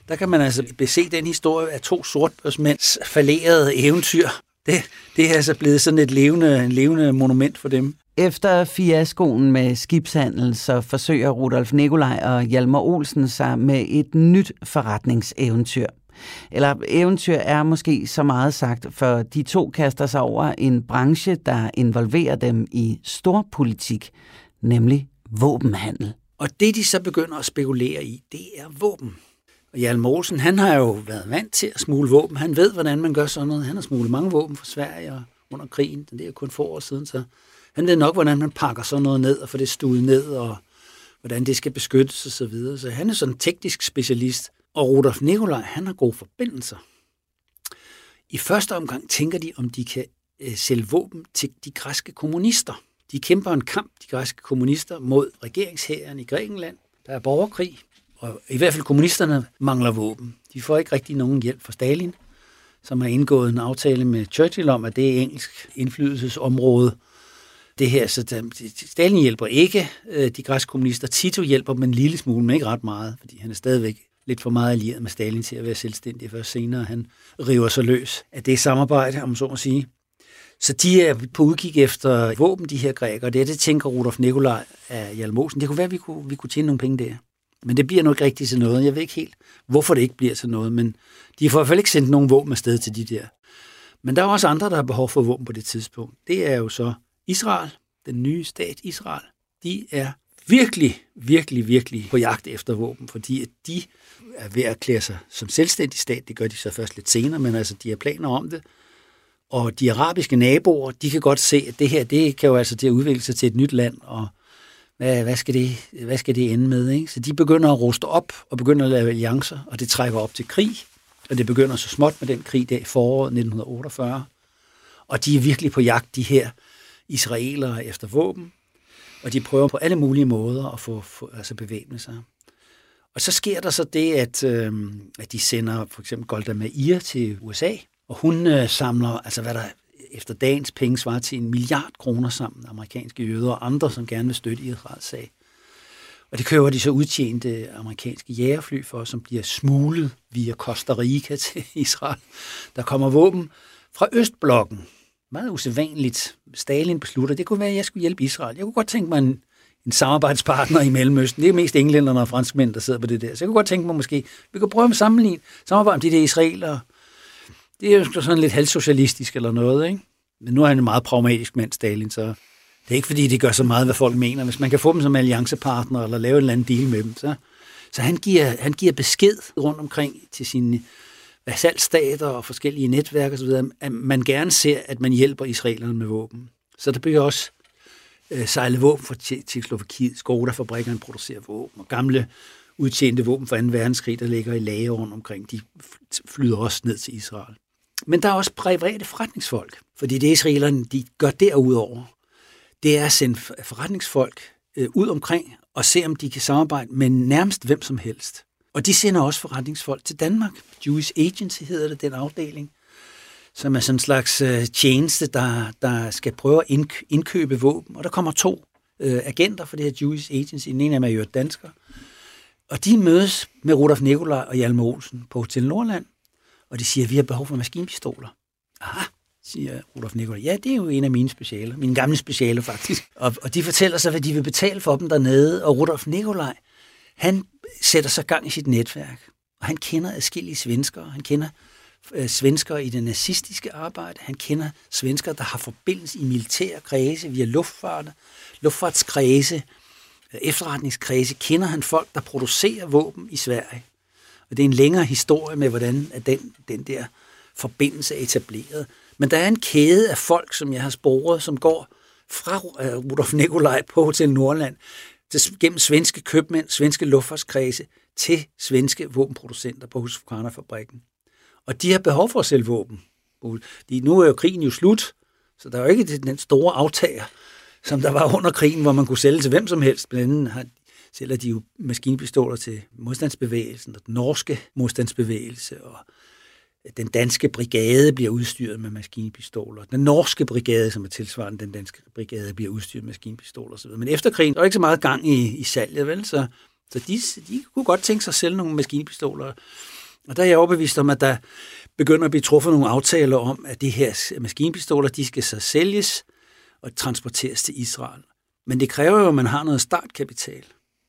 der kan man altså bese den historie af to sortbørsmænds fallerede eventyr. Det, det er altså blevet sådan et levende, en levende monument for dem. Efter fiaskoen med skibshandel, så forsøger Rudolf Nikolaj og Hjalmar Olsen sig med et nyt forretningseventyr. Eller eventyr er måske så meget sagt, for de to kaster sig over en branche, der involverer dem i storpolitik, nemlig våbenhandel. Og det, de så begynder at spekulere i, det er våben. Og Hjalmar Olsen, han har jo været vant til at smule våben. Han ved, hvordan man gør sådan noget. Han har smuglet mange våben fra Sverige og under krigen. Det er kun få år siden, så han ved nok, hvordan man pakker sådan noget ned og får det stuet ned, og hvordan det skal beskyttes og så videre. Så han er sådan en teknisk specialist. Og Rudolf Nikolaj, han har gode forbindelser. I første omgang tænker de, om de kan øh, sælge våben til de græske kommunister. De kæmper en kamp, de græske kommunister, mod regeringshæren i Grækenland. Der er borgerkrig, og i hvert fald kommunisterne mangler våben. De får ikke rigtig nogen hjælp fra Stalin, som har indgået en aftale med Churchill om, at det er engelsk indflydelsesområde. Det her, så Stalin hjælper ikke de græske kommunister. Tito hjælper dem en lille smule, men ikke ret meget, fordi han er stadigvæk lidt for meget allieret med Stalin til at være selvstændig. Først senere han river sig løs af det samarbejde, om så må sige. Så de er på udkig efter våben, de her grækere. Det er det, tænker Rudolf Nikolaj af Hjalmar Olsen. Det kunne være, at vi kunne, vi kunne tjene nogle penge der. Men det bliver nok ikke rigtigt til noget. Jeg ved ikke helt, hvorfor det ikke bliver til noget, men de får i hvert fald ikke sendt nogen våben afsted til de der. Men der er også andre, der har behov for våben på det tidspunkt. Det er jo så Israel, den nye stat Israel. De er virkelig, virkelig, virkelig på jagt efter våben, fordi de er ved at erklære sig som selvstændig stat. Det gør de så først lidt senere, men altså, de har planer om det. Og de arabiske naboer, de kan godt se, at det her, det kan jo altså til at udvikle sig til et nyt land, og hvad, hvad, skal, det, hvad skal det ende med? Ikke? Så de begynder at ruste op, og begynder at lave alliancer, og det trækker op til krig, og det begynder så småt med den krig der i foråret nitten otteogfyrre. Og de er virkelig på jagt, de her israelere, efter våben, og de prøver på alle mulige måder at få, få altså bevæbne sig. Og så sker der så det, at, øh, at de sender for eksempel Golda Meir til U S A, og hun øh, samler, altså hvad der efter dagens penge svarer til en milliard kroner sammen, amerikanske jøder og andre, som gerne vil støtte Israels sag. Og det køber de så udtjente amerikanske jægerfly for, som bliver smuglet via Costa Rica til Israel. Der kommer våben fra Østblokken. Meget usædvanligt. Stalin beslutter, det kunne være, at jeg skulle hjælpe Israel. Jeg kunne godt tænke mig en, en samarbejdspartner i Mellemøsten. Det er mest englænderne og franskmænd, der sidder på det der. Så jeg kunne godt tænke mig måske, vi kan prøve at sammenligne samarbejde med de der israelere. Det er jo sådan lidt halvsocialistisk eller noget, ikke? Men nu er han en meget pragmatisk mand, Stalin, så det er ikke fordi, det gør så meget, hvad folk mener. Hvis man kan få dem som alliancepartner eller lave en eller anden deal med dem, så, så han, giver, han giver besked rundt omkring til sine vasalstater og forskellige netværk osv., at man gerne ser, at man hjælper israelerne med våben. Så der bliver også øh, sejlet våben fra Tjekkoslovakiet. Skoda-fabrikkerne producerer våben, og gamle udtjente våben fra anden verdenskrig, der ligger i lager rundt omkring, de flyder også ned til Israel. Men der er også private forretningsfolk, fordi det israelerne, de gør derudover, det er at sende forretningsfolk øh, ud omkring og se, om de kan samarbejde med nærmest hvem som helst. Og de sender også forretningsfolk til Danmark. Jewish Agency hedder det, den afdeling, som er sådan en slags øh, tjeneste, der, der skal prøve at indkø- indkøbe våben. Og der kommer to øh, agenter for det her Jewish Agency. Den ene er jo dansker. Og de mødes med Rudolf Nikolaj og Hjalmar Olsen på Hotel Nordland. Og de siger, at vi har behov for maskinpistoler. Aha, siger Rudolf Nikolaj. Ja, det er jo en af mine specialer. Mine gamle specialer, faktisk. Og, og de fortæller sig, hvad de vil betale for dem dernede. Og Rudolf Nikolaj, han sætter sig gang i sit netværk. Og han kender adskillige svenskere. Han kender øh, svenskere i det nazistiske arbejde. Han kender svenskere, der har forbindelse i militære kredse via luftfart, luftfartskredse, efterretningskredse. Kender han folk, der producerer våben i Sverige. Og det er en længere historie med, hvordan den, den der forbindelse er etableret. Men der er en kæde af folk, som jeg har sporet, som går fra Rudolf Nikolaj på Hotel Nordland, til, gennem svenske købmænd, svenske luftfartskredse, til svenske våbenproducenter på Husqvarna-fabrikken. Og de har behov for at sælge våben. De, nu er jo krigen jo slut, så der er jo ikke den store aftager, som der var under krigen, hvor man kunne sælge til hvem som helst. Blandt andet har, sælger de jo maskinpistoler til modstandsbevægelsen, og den norske modstandsbevægelse, og den danske brigade bliver udstyret med maskinpistoler. Den norske brigade, som er tilsvarende den danske brigade, bliver udstyret med maskinpistoler osv. Men efter krigen, der er ikke så meget gang i, i salget, vel? Så Så de, de kunne godt tænke sig at sælge nogle maskinpistoler. Og der er jeg overbevist om, at der begynder at blive truffet nogle aftaler om, at de her maskinpistoler, de skal så sælges og transporteres til Israel. Men det kræver jo, at man har noget startkapital.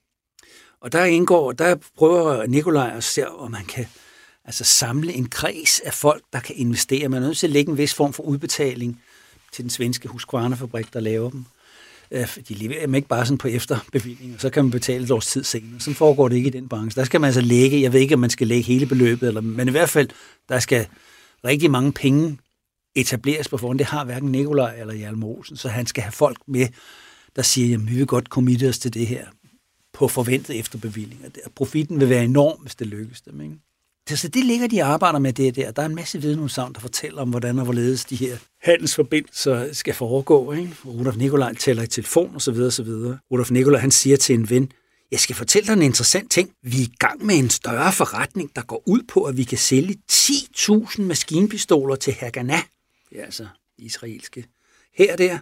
Og der indgår, der prøver Nikolaj at se, om man kan altså samle en kreds af folk, der kan investere. Man er nødt til at lægge en vis form for udbetaling til den svenske Husqvarna-fabrik, der laver dem. De leverer dem ikke bare sådan på efterbevilling, og så kan man betale et års tid senere. Sådan foregår det ikke i den branche. Der skal man altså lægge, jeg ved ikke, om man skal lægge hele beløbet, eller, men i hvert fald, der skal rigtig mange penge etableres på forhånd. Det har hverken Nikolaj eller Hjalmar Olsen, så han skal have folk med, der siger, jamen vi vil godt committe os til det her på forventet efterbevilling. Profitten vil være enorm, hvis det lykkes dem, ikke? Så det ligger de arbejder med det der. Der er en masse videnudssagn, der fortæller om, hvordan og hvorledes de her handelsforbindelser skal foregå. Ikke? Rudolf Nikolaj taler i telefon osv. osv. Rudolf Nikolaj, han siger til en ven, jeg skal fortælle dig en interessant ting. Vi er i gang med en større forretning, der går ud på, at vi kan sælge ti tusind maskinpistoler til Haganah. Det er altså israelske her der.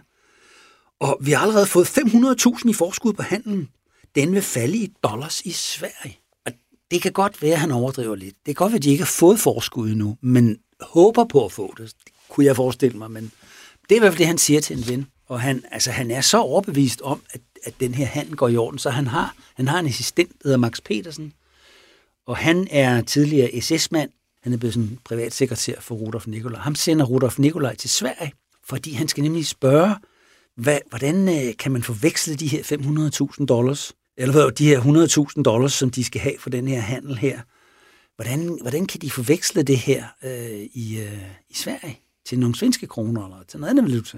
Og vi har allerede fået fem hundrede tusind i forskud på handelen. Den vil falde i dollars i Sverige. Det kan godt være, at han overdriver lidt. Det kan godt være, at de ikke har fået forskud endnu, men håber på at få det. Det kunne jeg forestille mig, men det er i hvert fald det, han siger til en ven. Og han, altså, han er så overbevist om, at, at den her handel går i orden, så han har, han har en assistent, der hedder Max Petersen, og han er tidligere S S-mand. Han er blevet sådan privatsekretær for Rudolf Nikolaj. Ham sender Rudolf Nikolaj til Sverige, fordi han skal nemlig spørge, hvad, hvordan øh, kan man forveksle de her fem hundrede tusind dollars, eller de her hundrede tusind dollars, som de skal have for den her handel her. Hvordan, hvordan kan de forveksle det her øh, i, øh, i Sverige til nogle svenske kroner eller til noget andet valuta?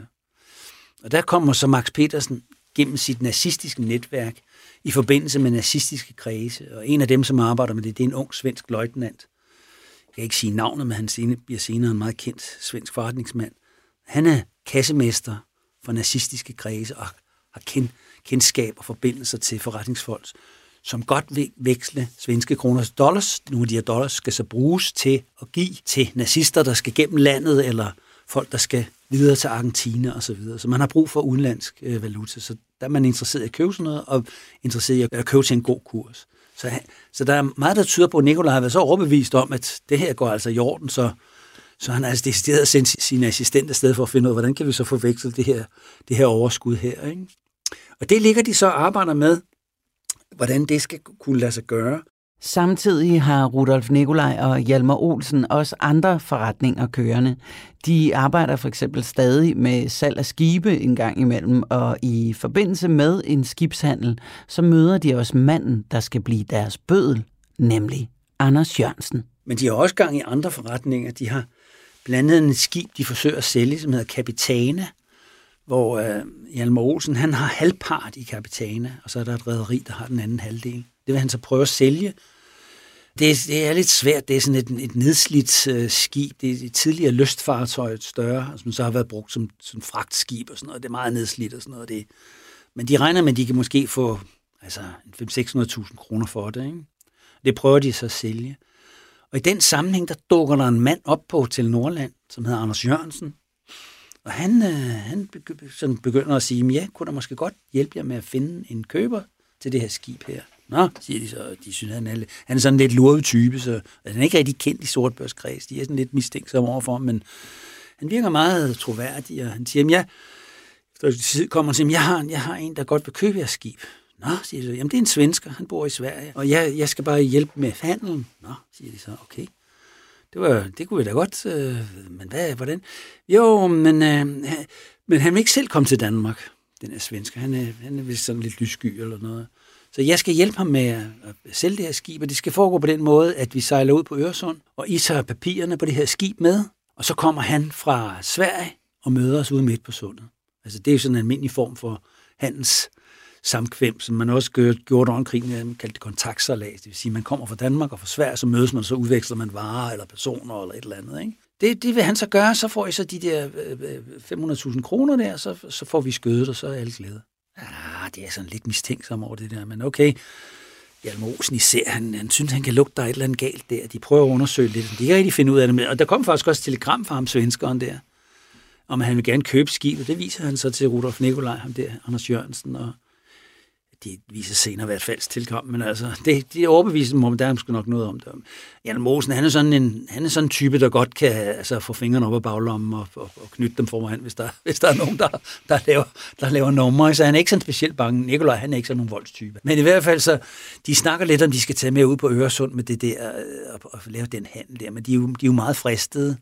Og der kommer så Max Petersen gennem sit nazistiske netværk i forbindelse med nazistiske kredse. Og en af dem, som arbejder med det, det er en ung svensk løjtnant. Jeg kan ikke sige navnet, men han senere, bliver senere en meget kendt svensk forretningsmand. Han er kassemester for nazistiske kredse og har kendt kendskab og forbindelser til forretningsfolk, som godt vil veksle svenske kroner til dollars. Nogle af de her dollars skal så bruges til at give til nazister, der skal gennem landet, eller folk, der skal videre til Argentina osv. Så, så man har brug for udenlandsk øh, valuta, så der er man interesseret i at købe sådan noget, og interesseret i at købe til en god kurs. Så, så der er meget, der tyder på, at Nikolaj har været så overbevist om, at det her går altså i orden, så, så han har altså decideret at sende sine assistenter afsted for at finde ud af, hvordan kan vi så forveksle det her, det her overskud her, ikke? Og det ligger de så og arbejder med, hvordan det skal kunne lade sig gøre. Samtidig har Rudolf Nikolaj og Hjalmar Olsen også andre forretninger kørende. De arbejder for eksempel stadig med salg af skibe en gang imellem, og i forbindelse med en skibshandel, så møder de også manden, der skal blive deres bøddel, nemlig Anders Jørgensen. Men de har også gang i andre forretninger. De har blandt andet et skib, de forsøger at sælge, som hedder Capitana, hvor øh, Hjalmar Olsen, han har halvpart i Capitana, og så er der et rederi, der har den anden halvdel. Det vil han så prøve at sælge. Det er, det er lidt svært. Det er sådan et, et nedslidt øh, skib. Det er et tidligere lystfartøj, et større, som så har været brugt som, som fragtskib og sådan noget. Det er meget nedslidt og sådan noget. Det. Men de regner med, at de kan måske få altså fem hundrede til seks hundrede tusind kroner for det, ikke? Det prøver de så at sælge. Og i den sammenhæng, der dukker der en mand op på Hotel Nordland, som hedder Anders Jørgensen. Og han, øh, han sådan begynder at sige, ja, kunne der måske godt hjælpe jer med at finde en køber til det her skib her. Nå, siger de så, de synes, han er, lidt, han er sådan lidt luret type, så han er ikke rigtig kendt i sortbørskreds. De er sådan lidt mistænksomme overfor ham, men han virker meget troværdig, og han siger, ja, efter tid kommer han og siger, jeg har, jeg har en, der godt vil købe jeres skib. Nå, siger de så, jamen det er en svensker, han bor i Sverige, og jeg, jeg skal bare hjælpe med handelen. Nå, siger de så, okay. Det, var, det kunne vi da godt, øh, men hvad, hvordan? Jo, men, øh, men han vil ikke selv komme til Danmark, den er svensker. Han er, han er vist sådan lidt lyssky eller noget. Så jeg skal hjælpe ham med at sælge det her skib, og det skal foregå på den måde, at vi sejler ud på Øresund, og I tager papirerne på det her skib med, og så kommer han fra Sverige og møder os ude midt på sundet. Altså det er jo sådan en almindelig form for handels samkvem, som man også gjorde under krigen, man kaldte det kontaktsejlads. Det vil sige, at man kommer fra Danmark og fra Sverige, så mødes man, så udveksler man varer eller personer eller et eller andet, ikke? Det, det vil han så gøre, så får I så de der fem hundrede tusind kroner der, så, så får vi skødet, og så er alle glade. Ja, det er sådan lidt mistænksom over det der, men okay. Hjalmar Olsen især, han, han synes, han kan lugte, der er et eller andet galt der. De prøver at undersøge lidt, de kan rigtig finde ud af det. Og der kom faktisk også telegram fra ham, svenskeren der, om at han vil gerne købe skibet. Det viser han så til Rudolf Nikolaj, ham der, Anders Jørgensen, og de viser senere været falsk tilkom, men altså, det, de er overbevist om, der er måske nok noget om det. Jan Olsen, han er sådan en, han er sådan en type, der godt kan altså, få fingrene op af baglommen og, og, og knytte dem foran, hvis der, hvis der er nogen, der, der, laver, der laver numre. Så han er ikke sådan specielt bange. Nikolaj, han er ikke sådan nogen voldstype. Men i hvert fald, så de snakker lidt om, de skal tage med ud på Øresund med det der, og, og lave den handel der, men de er jo, de er jo meget fristede.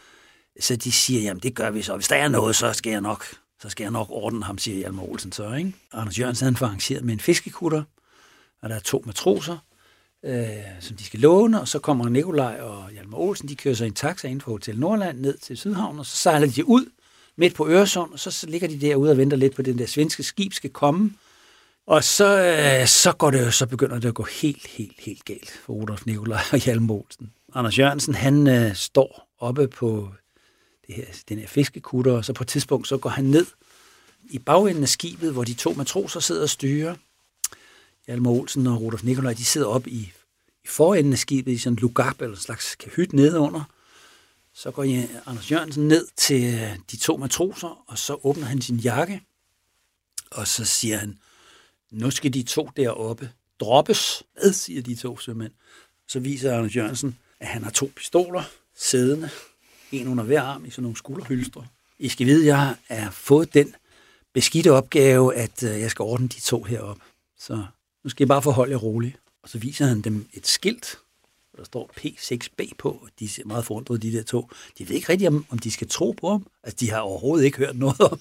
Så de siger, jamen det gør vi så. Hvis der er noget, så skal jeg nok, så skal jeg nok ordne ham, siger Hjalmar Olsen så, ikke? Anders Jørgensen, han får arrangeret med en fiskekutter, og der er to matroser, øh, som de skal låne, og så kommer Nikolaj og Hjalmar Olsen, de kører så en taxa ind på Hotel Nordland ned til Sydhavn, og så sejler de ud midt på Øresund, og så, så ligger de derude og venter lidt på, den der svenske skib skal komme. Og så, øh, så, går det, så begynder det at gå helt, helt, helt galt for Rudolf Nikolaj og Hjalmar Olsen. Anders Jørgensen, han øh, står oppe på det her, den her fiskekutter, og så på et tidspunkt, så går han ned i bagenden af skibet, hvor de to matroser sidder og styrer. Hjalmar Olsen og Rudolf Nikolaj, de sidder op i, i forenden af skibet, i sådan en lugab, eller en slags kahyt nedenunder. Så går Anders Jørgensen ned til de to matroser, og så åbner han sin jakke, og så siger han, nu skal de to deroppe droppes. Hvad, siger de to sømænd. Så viser Anders Jørgensen, at han har to pistoler siddende, en under hver arm i sådan nogle skulderhylstre. I skal vide, at jeg har fået den beskidte opgave, at jeg skal ordne de to heroppe. Så nu skal jeg bare forholde jer roligt. Og så viser han dem et skilt, hvor der står P seks B på. De er meget forundrede, de der to. De ved ikke rigtig, om, om de skal tro på ham. Altså, de har overhovedet ikke hørt noget om.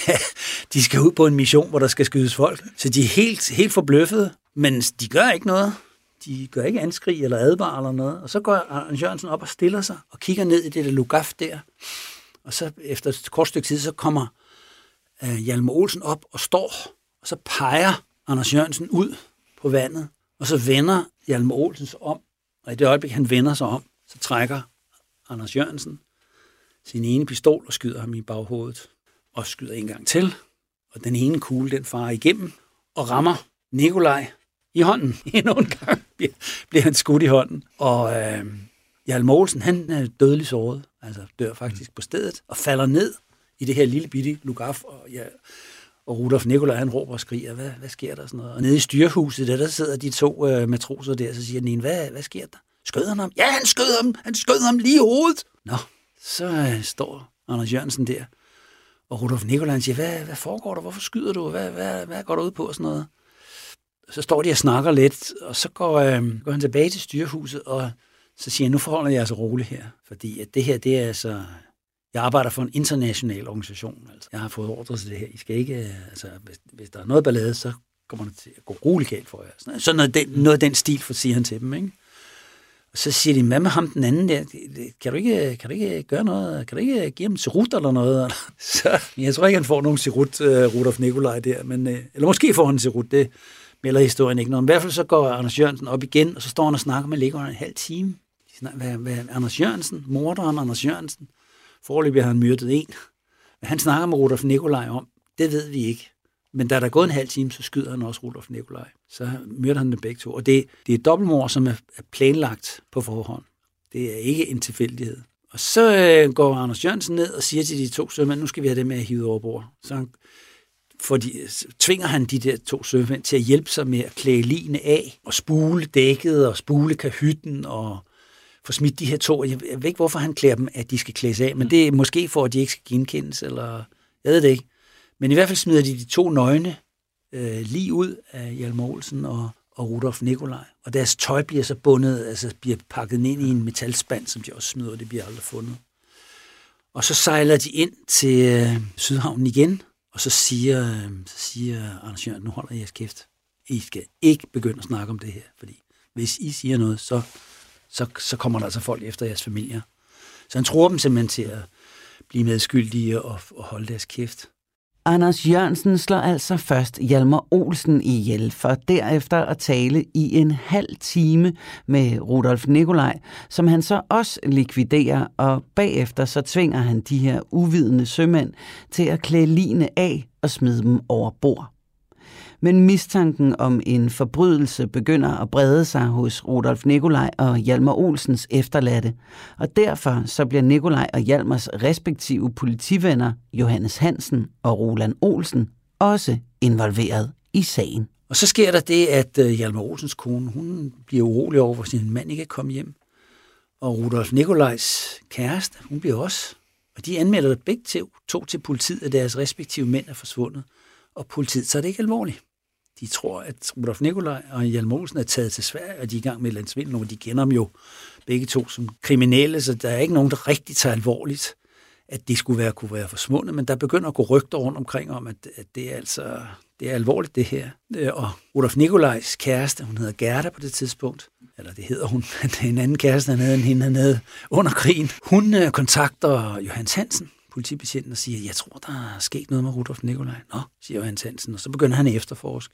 De skal ud på en mission, hvor der skal skydes folk. Så de er helt, helt forbløffede, men de gør ikke noget. De gør ikke anskrig eller advar eller noget. Og så går Anders Jørgensen op og stiller sig og kigger ned i det der lugaf der. Og så efter et kort stykke tid, så kommer uh, Hjalmar Olsen op og står, og så peger Anders Jørgensen ud på vandet, og så vender Hjalmar Olsen sig om, og i det øjeblik, han vender sig om, så trækker Anders Jørgensen sin ene pistol og skyder ham i baghovedet, og skyder en gang til, og den ene kugle, den farer igennem, og rammer Nikolaj i hånden. Endnu en gang bliver, bliver han skudt i hånden, og øh, Hjalmar Olsen, han er dødelig såret, altså dør faktisk på stedet, og falder ned i det her lille bitte lugaf, og, ja, og Rudolf Nikolaj, han råber og skriger, hvad, hvad sker der? Sådan noget. Og nede i styrehuset, der, der sidder de to øh, matroser der, så siger den ene, hvad, hvad sker der? Skød han ham? Ja, han skød ham! Han skød ham lige i hovedet! Nå, så øh, står Anders Jørgensen der, og Rudolf Nikolaj siger, hvad, hvad foregår der? Hvorfor skyder du? Hvad, hvad, hvad går der ud på? Og sådan noget. Så står de og snakker lidt, og så går, øh, går han tilbage til styrehuset, og så siger han, nu forholder jeg altså roligt her, fordi at det her, det er altså... Jeg arbejder for en international organisation. Altså. Jeg har fået ordre til det her. I skal ikke, altså, hvis, hvis der er noget ballade, så kommer det til at gå roligt galt for jer. Sådan noget, den, noget af den stil, for siger han til dem. Ikke? Og så siger de, hvad med ham den anden der? Kan du ikke, kan du ikke gøre noget? Kan du ikke give ham cerut eller noget? Så jeg tror ikke, han får nogen cerut, uh, Rudolf Nikolaj der. Men, uh, eller måske får han en cerut, det melder historien ikke noget. Men i hvert fald så går Anders Jørgensen op igen, og så står han og snakker med Ligger en halv time. Hvad, hvad, Anders Jørgensen, morderen Anders Jørgensen. Foreløbig har han myrdet en. Hvad han snakker med Rudolf Nikolaj om, det ved vi ikke. Men da der er gået en halv time, så skyder han også Rudolf Nikolaj. Så myrder han dem begge to. Og det, det er et dobbeltmord, som er planlagt på forhånd. Det er ikke en tilfældighed. Og så øh, går Anders Jørgensen ned og siger til de to sømænd, nu skal vi have dem med at hive over bord. Så for de, tvinger han de der to sømænd til at hjælpe sig med at klæde ligene af, og spule dækket, og spule kahytten, og få smidt de her to. Jeg ved ikke, hvorfor han klæder dem, at de skal klædes af, men det er måske for, at de ikke skal genkendes, eller jeg ved det ikke. Men i hvert fald smider de de to nøgne øh, lige ud af Hjalmar Olsen og, og Rudolf Nikolaj. Og deres tøj bliver så bundet, altså bliver pakket ind i en metalspand, som de også smider, og det bliver aldrig fundet. Og så sejler de ind til øh, Sydhavnen igen, og så siger, øh, så siger Anders Jørgensen, nu holder I jeres kæft. I skal ikke begynde at snakke om det her, fordi hvis I siger noget, så Så, så kommer der altså folk efter jeres familier. Så han tror dem simpelthen til at blive medskyldige og, og holde deres kæft. Anders Jørgensen slår altså først Hjalmar Olsen ihjel, for derefter at tale i en halv time med Rudolf Nikolaj, som han så også likviderer, og bagefter så tvinger han de her uvidende sømænd til at klæde ligene af og smide dem over bord. Men mistanken om en forbrydelse begynder at brede sig hos Rudolf Nikolaj og Hjalmar Olsens efterladte, og derfor så bliver Nikolaj og Hjalmars respektive politivenner, Johannes Hansen og Roland Olsen, også involveret i sagen. Og så sker der det, at uh, Hjalmar Olsens kone, hun bliver urolig over, at sin mand ikke er kommet hjem. Og Rudolf Nikolajs kæreste, hun bliver også. Og de anmelder begge to, to til politiet, at deres respektive mænd er forsvundet. Og politiet, så er det ikke alvorligt. De tror, at Rudolf Nikolaj og Hjalmar Olsen er taget til Sverige, og de er i gang med landsvind, og de kender dem jo begge to som kriminelle, så der er ikke nogen, der rigtig tager alvorligt, at de skulle være, kunne være forsvundet, men der begynder at gå rygter rundt omkring om, at, at det er altså det er alvorligt, det her. Og Rudolf Nikolajs kæreste, hun hedder Gerda på det tidspunkt, eller det hedder hun, det er en anden kæreste, han havde end hende hernede under krigen. Hun øh, kontakter Johannes Hansen, politibetjenten, og siger, jeg tror, der er sket noget med Rudolf Nikolaj. Nå, siger Johannes Hansen, og så begynder han at efterforske.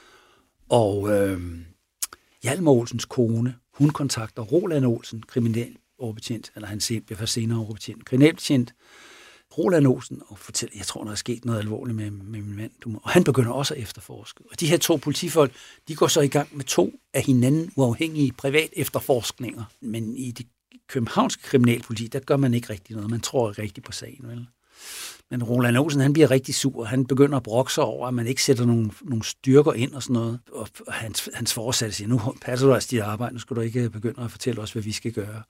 Og øh, Hjalmar Olsens kone, hun kontakter Roland Olsen, kriminaloverbetjent, eller han bliver først senere overbetjent, kriminalbetjent, Roland Olsen, og fortæller, jeg tror, der er sket noget alvorligt med, med min mand. Og han begynder også at efterforske. Og de her to politifolk, de går så i gang med to af hinanden uafhængige privat efterforskninger. Men i det københavnske kriminalpoliti, der gør man ikke rigtig noget. Man tror ikke rigtig på sagen, vel? Men Roland Olsen, han bliver rigtig sur. Han begynder at brokke sig over, at man ikke sætter nogle, nogle styrker ind og sådan noget. Og hans, hans forsatte siger, nu passer du altså dit arbejde, nu skal du ikke begynde at fortælle os, hvad vi skal gøre.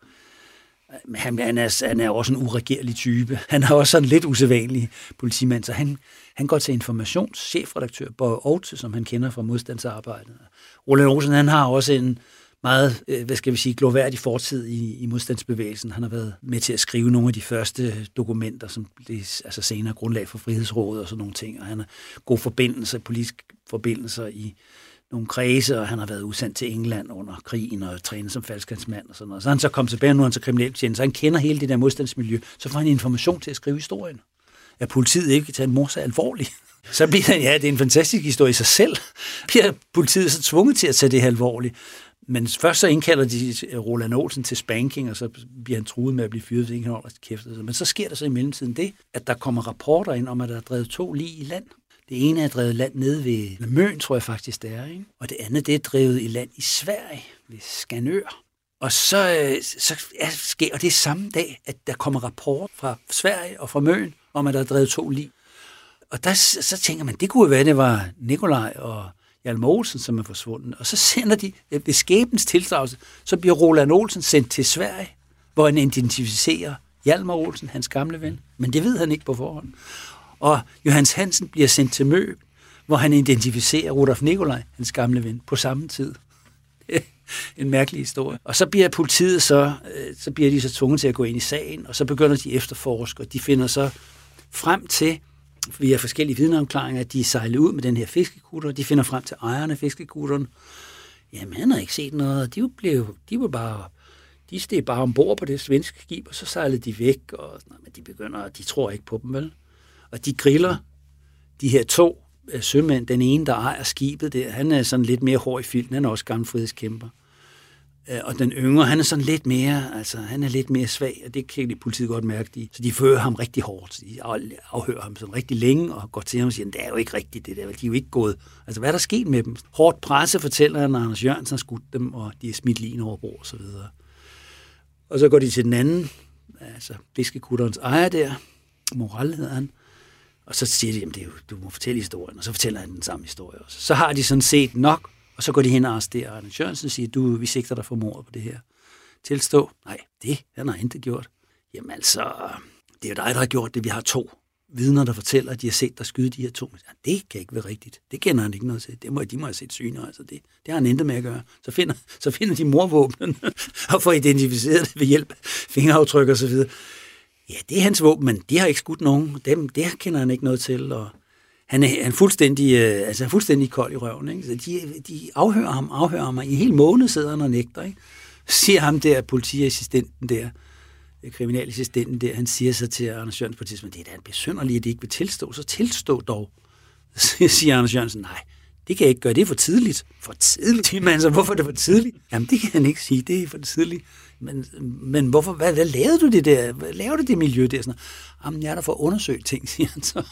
Han, han, er, han er også en uregerlig type. Han er også sådan lidt usædvanlig politimand, så han, han går til informationschefredaktør Bøje Oute, som han kender fra modstandsarbejdet. Roland Olsen, han har også en meget, hvad skal vi sige, gloværdig fortid i, i modstandsbevægelsen. Han har været med til at skrive nogle af de første dokumenter, som blev altså senere grundlag for Frihedsrådet og sådan nogle ting. Og han har gode forbindelser, politiske forbindelser i nogle kredse, og han har været udsendt til England under krigen og trænet som falskantsmand og sådan noget. Så han så kommet tilbage, nu er han så kriminalbetjent, så han kender hele det der modstandsmiljø. Så får han information til at skrive historien. At politiet ikke kan tage en mor så alvorligt. Så bliver han, ja, det er en fantastisk historie i sig selv. Bliver politiet så tvunget til at tage det her alvorligt. Men først så indkalder de Roland Olsen til spanking, og så bliver han truet med at blive fyret, ikke holder kæft. Men så sker der så i mellemtiden det, at der kommer rapporter ind om, at der er drevet to lig i land. Det ene er drevet land nede ved Møn, tror jeg faktisk det er, ikke? Og det andet, det er drevet i land i Sverige, ved Skanør. Og så, så ja, sker og det er samme dag, at der kommer rapport fra Sverige og fra Møn, om at der er drevet to lig. Og der, så tænker man, det kunne være, det var Nikolaj og Hjalmar Olsen, som er forsvundet. Og så sender de, ved skæbens tildragelse, så bliver Roland Olsen sendt til Sverige, hvor han identificerer Hjalmar Olsen, hans gamle ven. Men det ved han ikke på forhånd. Og Johannes Hansen bliver sendt til Mø, hvor han identificerer Rudolf Nikolaj, hans gamle ven, på samme tid. En mærkelig historie. Og så bliver politiet så, så bliver de så tvunget til at gå ind i sagen, og så begynder de efterforske, og de finder så frem til, via forskellige vidneomklaringer, at de sejler ud med den her fiskekutter, de finder frem til ejerne af fiskekutteren. Jamen, han har ikke set noget, de blev, de var bare, de steg bare ombord på det svenske skib, og så sejlede de væk, og men de begynder, de tror ikke på dem, vel? Og de griller de her to øh, sømænd. Den ene, der ejer skibet, der, han er sådan lidt mere hård i filten. Han er også gammel frihedskæmper. Øh, og den yngre, han er sådan lidt mere, altså han er lidt mere svag, og det kan de politiet godt mærke. De, så de fører ham rigtig hårdt. De afhører ham sådan rigtig længe, og går til ham og siger, det er jo ikke rigtigt, det der. De er jo ikke gået. Altså, hvad er der sket med dem? Hårdt presse fortæller, at Anders Jørgensen har skudt dem, og de er smidt lin over bord, og så videre. Og så går de til den anden, altså fiskekutterens ejer der, Moral hedder han. Og så siger de, jamen det er jo, du må fortælle historien, og så fortæller han den samme historie også. Så har de sådan set nok, og så går de hen og arresterer Anders Jørgensen og siger, du, vi sigter dig for mordet på det her. Tilstå, nej, det han har intet gjort. Jamen altså, det er jo dig, der har gjort det. Vi har to vidner, der fortæller, at de har set dig skyde de her to. Ja, det kan ikke være rigtigt. Det kender han ikke noget til. Det må, de må have set syner, altså det, det har han intet med at gøre. Så finder, så finder de morvåbnen og får identificeret det ved hjælp af fingeraftryk og så videre. Ja, det er hans våben, men de har ikke skudt nogen. Dem, det kender han ikke noget til, og han er, han er fuldstændig, øh, altså fuldstændig kold i røven. Ikke? Så de, de afhører ham, afhører ham, og i en hel måned sidder han og nægter. Ikke? Siger ham der, politiassistenten der, kriminalassistenten der, han siger så til Anders Jørgensen på et tidspunkt, det er da besynderligt, at de ikke vil tilstå, så tilstå dog. Så siger Anders Jørgensen, nej, det kan jeg ikke gøre, det er for tidligt. For tidligt? Men altså, hvorfor er det for tidligt? Jamen, det kan han ikke sige, det er for tidligt. Men, men hvorfor, hvad, hvad lavede du det der? Hvad lavede du det miljø der? Sådan, jamen, jeg er der for at undersøge ting, siger han så.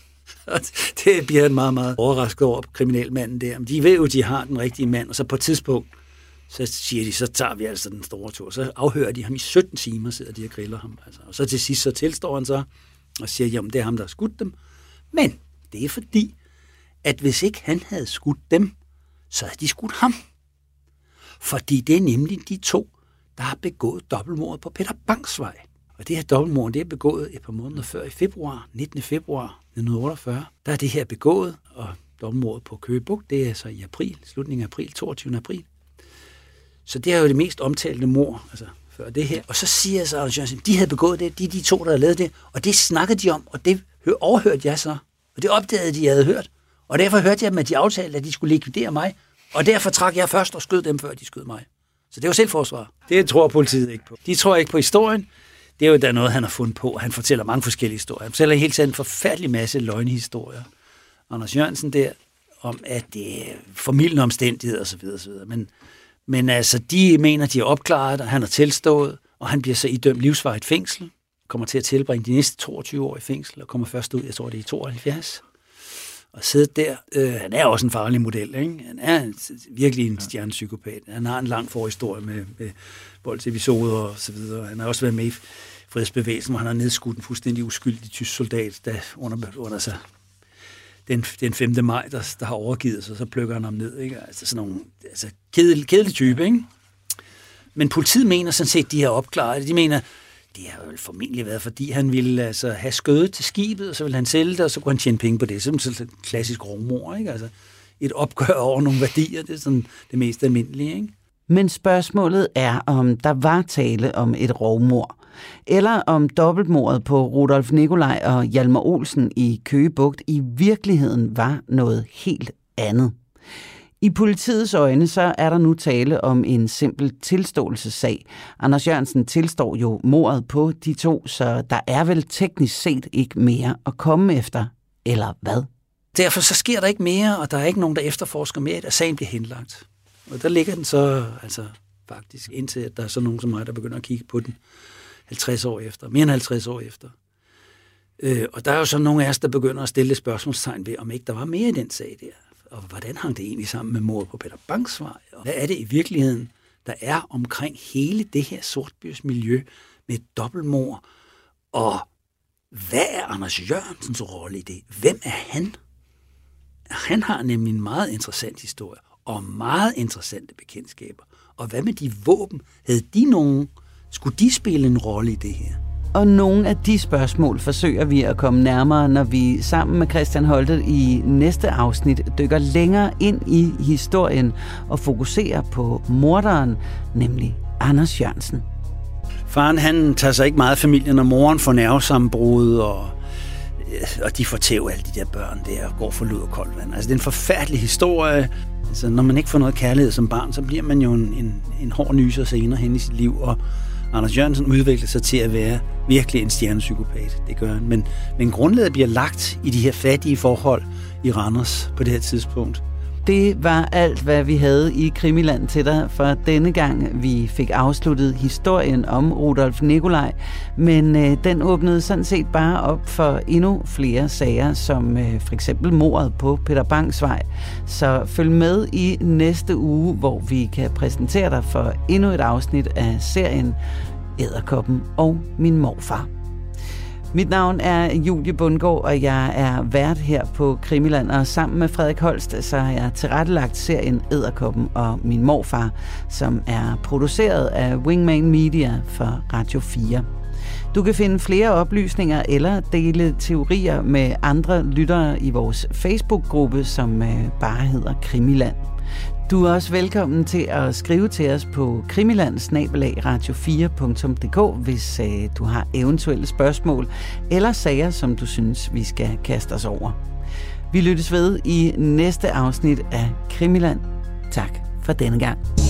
Det bliver han meget, meget overrasket over kriminalmanden der. Men de ved jo, de har den rigtige mand, og så på et tidspunkt, så siger de, så tager vi altså den store tur. Så afhører de ham i sytten timer, sidder de og griller ham. Altså. Og så til sidst, så tilstår han så, og siger, jamen, det er ham, der har skudt dem. Men det er fordi, at hvis ikke han havde skudt dem, så havde de skudt ham. Fordi det er nemlig de to, der har begået dobbeltmordet på Peter Bangs Vej. Og det her dobbeltmord, det er begået et par måneder før i februar, nittende februar nitten otteogfyrre. Der er det her begået, og dobbeltmordet på Køge Bugt, det er så i april, slutningen af april, toogtyvende april. Så det er jo det mest omtalte mord, altså før det her. Og så siger så Anders Jørgensen, de havde begået det, de er de to, der havde lavet det, og det snakkede de om, og det overhørte jeg så. Og det opdagede de, jeg havde hørt. Og derfor hørte jeg dem, at de aftalte, at de skulle likvidere mig. Og derfor trak jeg først og skød dem, før de skød mig. Så det var selvforsvar. Det tror politiet ikke på. De tror ikke på historien. Det er jo da noget, han har fundet på. Han fortæller mange forskellige historier. Han fortæller hele tiden en forfærdelig masse løgnehistorier. Anders Jørgensen der, om at det er formildende omstændigheder osv. osv. Men, men altså, de mener, de er opklaret, og han har tilstået, og han bliver så idømt livsvarigt fængsel. Kommer til at tilbringe de næste toogtyve år i fængsel, og kommer først ud, jeg tror det er i tooghalvfjerds. Og sidde der, øh, han er også en farlig model, ikke? Han er virkelig en stjernepsykopat. Han har en lang forhistorie med, med voldsepisoder og så videre. Han har også været med i fredsbevægelsen, hvor han har nedskudt en fuldstændig uskyldig tysk soldat, der under, under sig den, den femte maj, der, der har overgivet sig, så plukker han ham ned, ikke? Altså sådan nogle, altså kedelig, kedelig type, ikke? Men politiet mener sådan set, de har opklaret. De mener, det har vel formentlig været, fordi han ville altså, have skødet til skibet, og så ville han sælge det, og så kunne han tjene penge på det. Det er sådan et klassisk rovmord, ikke? Altså, et opgør over nogle værdier, det er sådan det mest almindelige, ikke? Men spørgsmålet er, om der var tale om et rovmord, eller om dobbeltmordet på Rudolf Nikolaj og Hjalmar Olsen i Køge Bugt i virkeligheden var noget helt andet. I politiets øjne så er der nu tale om en simpel tilståelsessag. Anders Jørgensen tilstår jo mordet på de to, så der er vel teknisk set ikke mere at komme efter, eller hvad? Derfor så sker der ikke mere, og der er ikke nogen, der efterforsker mere, at sagen bliver henlagt. Og der ligger den så altså faktisk indtil, at der er så nogen som mig, der begynder at kigge på den halvtreds år efter, mere end halvtreds år efter. Øh, og der er jo så nogle af os, der begynder at stille spørgsmålstegn ved, om ikke der var mere i den sag der. Og hvordan hang det egentlig sammen med mordet på Peter Bangs Vej? Og hvad er det i virkeligheden, der er omkring hele det her sortbyrsmiljø med dobbeltmord? Og hvad er Anders Jørgensens rolle i det? Hvem er han? Han har nemlig en meget interessant historie og meget interessante bekendtskaber. Og hvad med de våben? Havde de nogen? Skulle de spille en rolle i det her? Og nogle af de spørgsmål forsøger vi at komme nærmere, når vi sammen med Christian Holte i næste afsnit dykker længere ind i historien og fokuserer på morderen, nemlig Anders Jørgensen. Faren, han tager sig ikke meget af familien, og moren får nervesammenbrud, og, og de får tæv alle de der børn der og går for lud og koldt vand. Altså, det er en forfærdelig historie. Altså, når man ikke får noget kærlighed som barn, så bliver man jo en, en, en hård nyser senere hen i sit liv, og Anders Jørgensen udvikler sig til at være virkelig en stjernepsykopat. Det gør han. Men, men grundlaget bliver lagt i de her fattige forhold i Randers på det her tidspunkt. Det var alt, hvad vi havde i Krimiland til dig for denne gang. Vi fik afsluttet historien om Rudolf Nikolaj, men øh, den åbnede sådan set bare op for endnu flere sager, som øh, for eksempel mordet på Peter Bangs Vej. Så følg med i næste uge, hvor vi kan præsentere dig for endnu et afsnit af serien Edderkoppen og min morfar. Mit navn er Julie Bundgaard, og jeg er vært her på Krimiland, og sammen med Frederik Holst, så har jeg tilrettelagt serien Edderkoppen og min morfar, som er produceret af Wingman Media for Radio fire. Du kan finde flere oplysninger eller dele teorier med andre lyttere i vores Facebook-gruppe, som bare hedder Krimiland. Du er også velkommen til at skrive til os på krimiland snabel-a radio fire punktum d k, hvis øh, du har eventuelle spørgsmål eller sager, som du synes, vi skal kaste os over. Vi lyttes ved i næste afsnit af Krimiland. Tak for denne gang.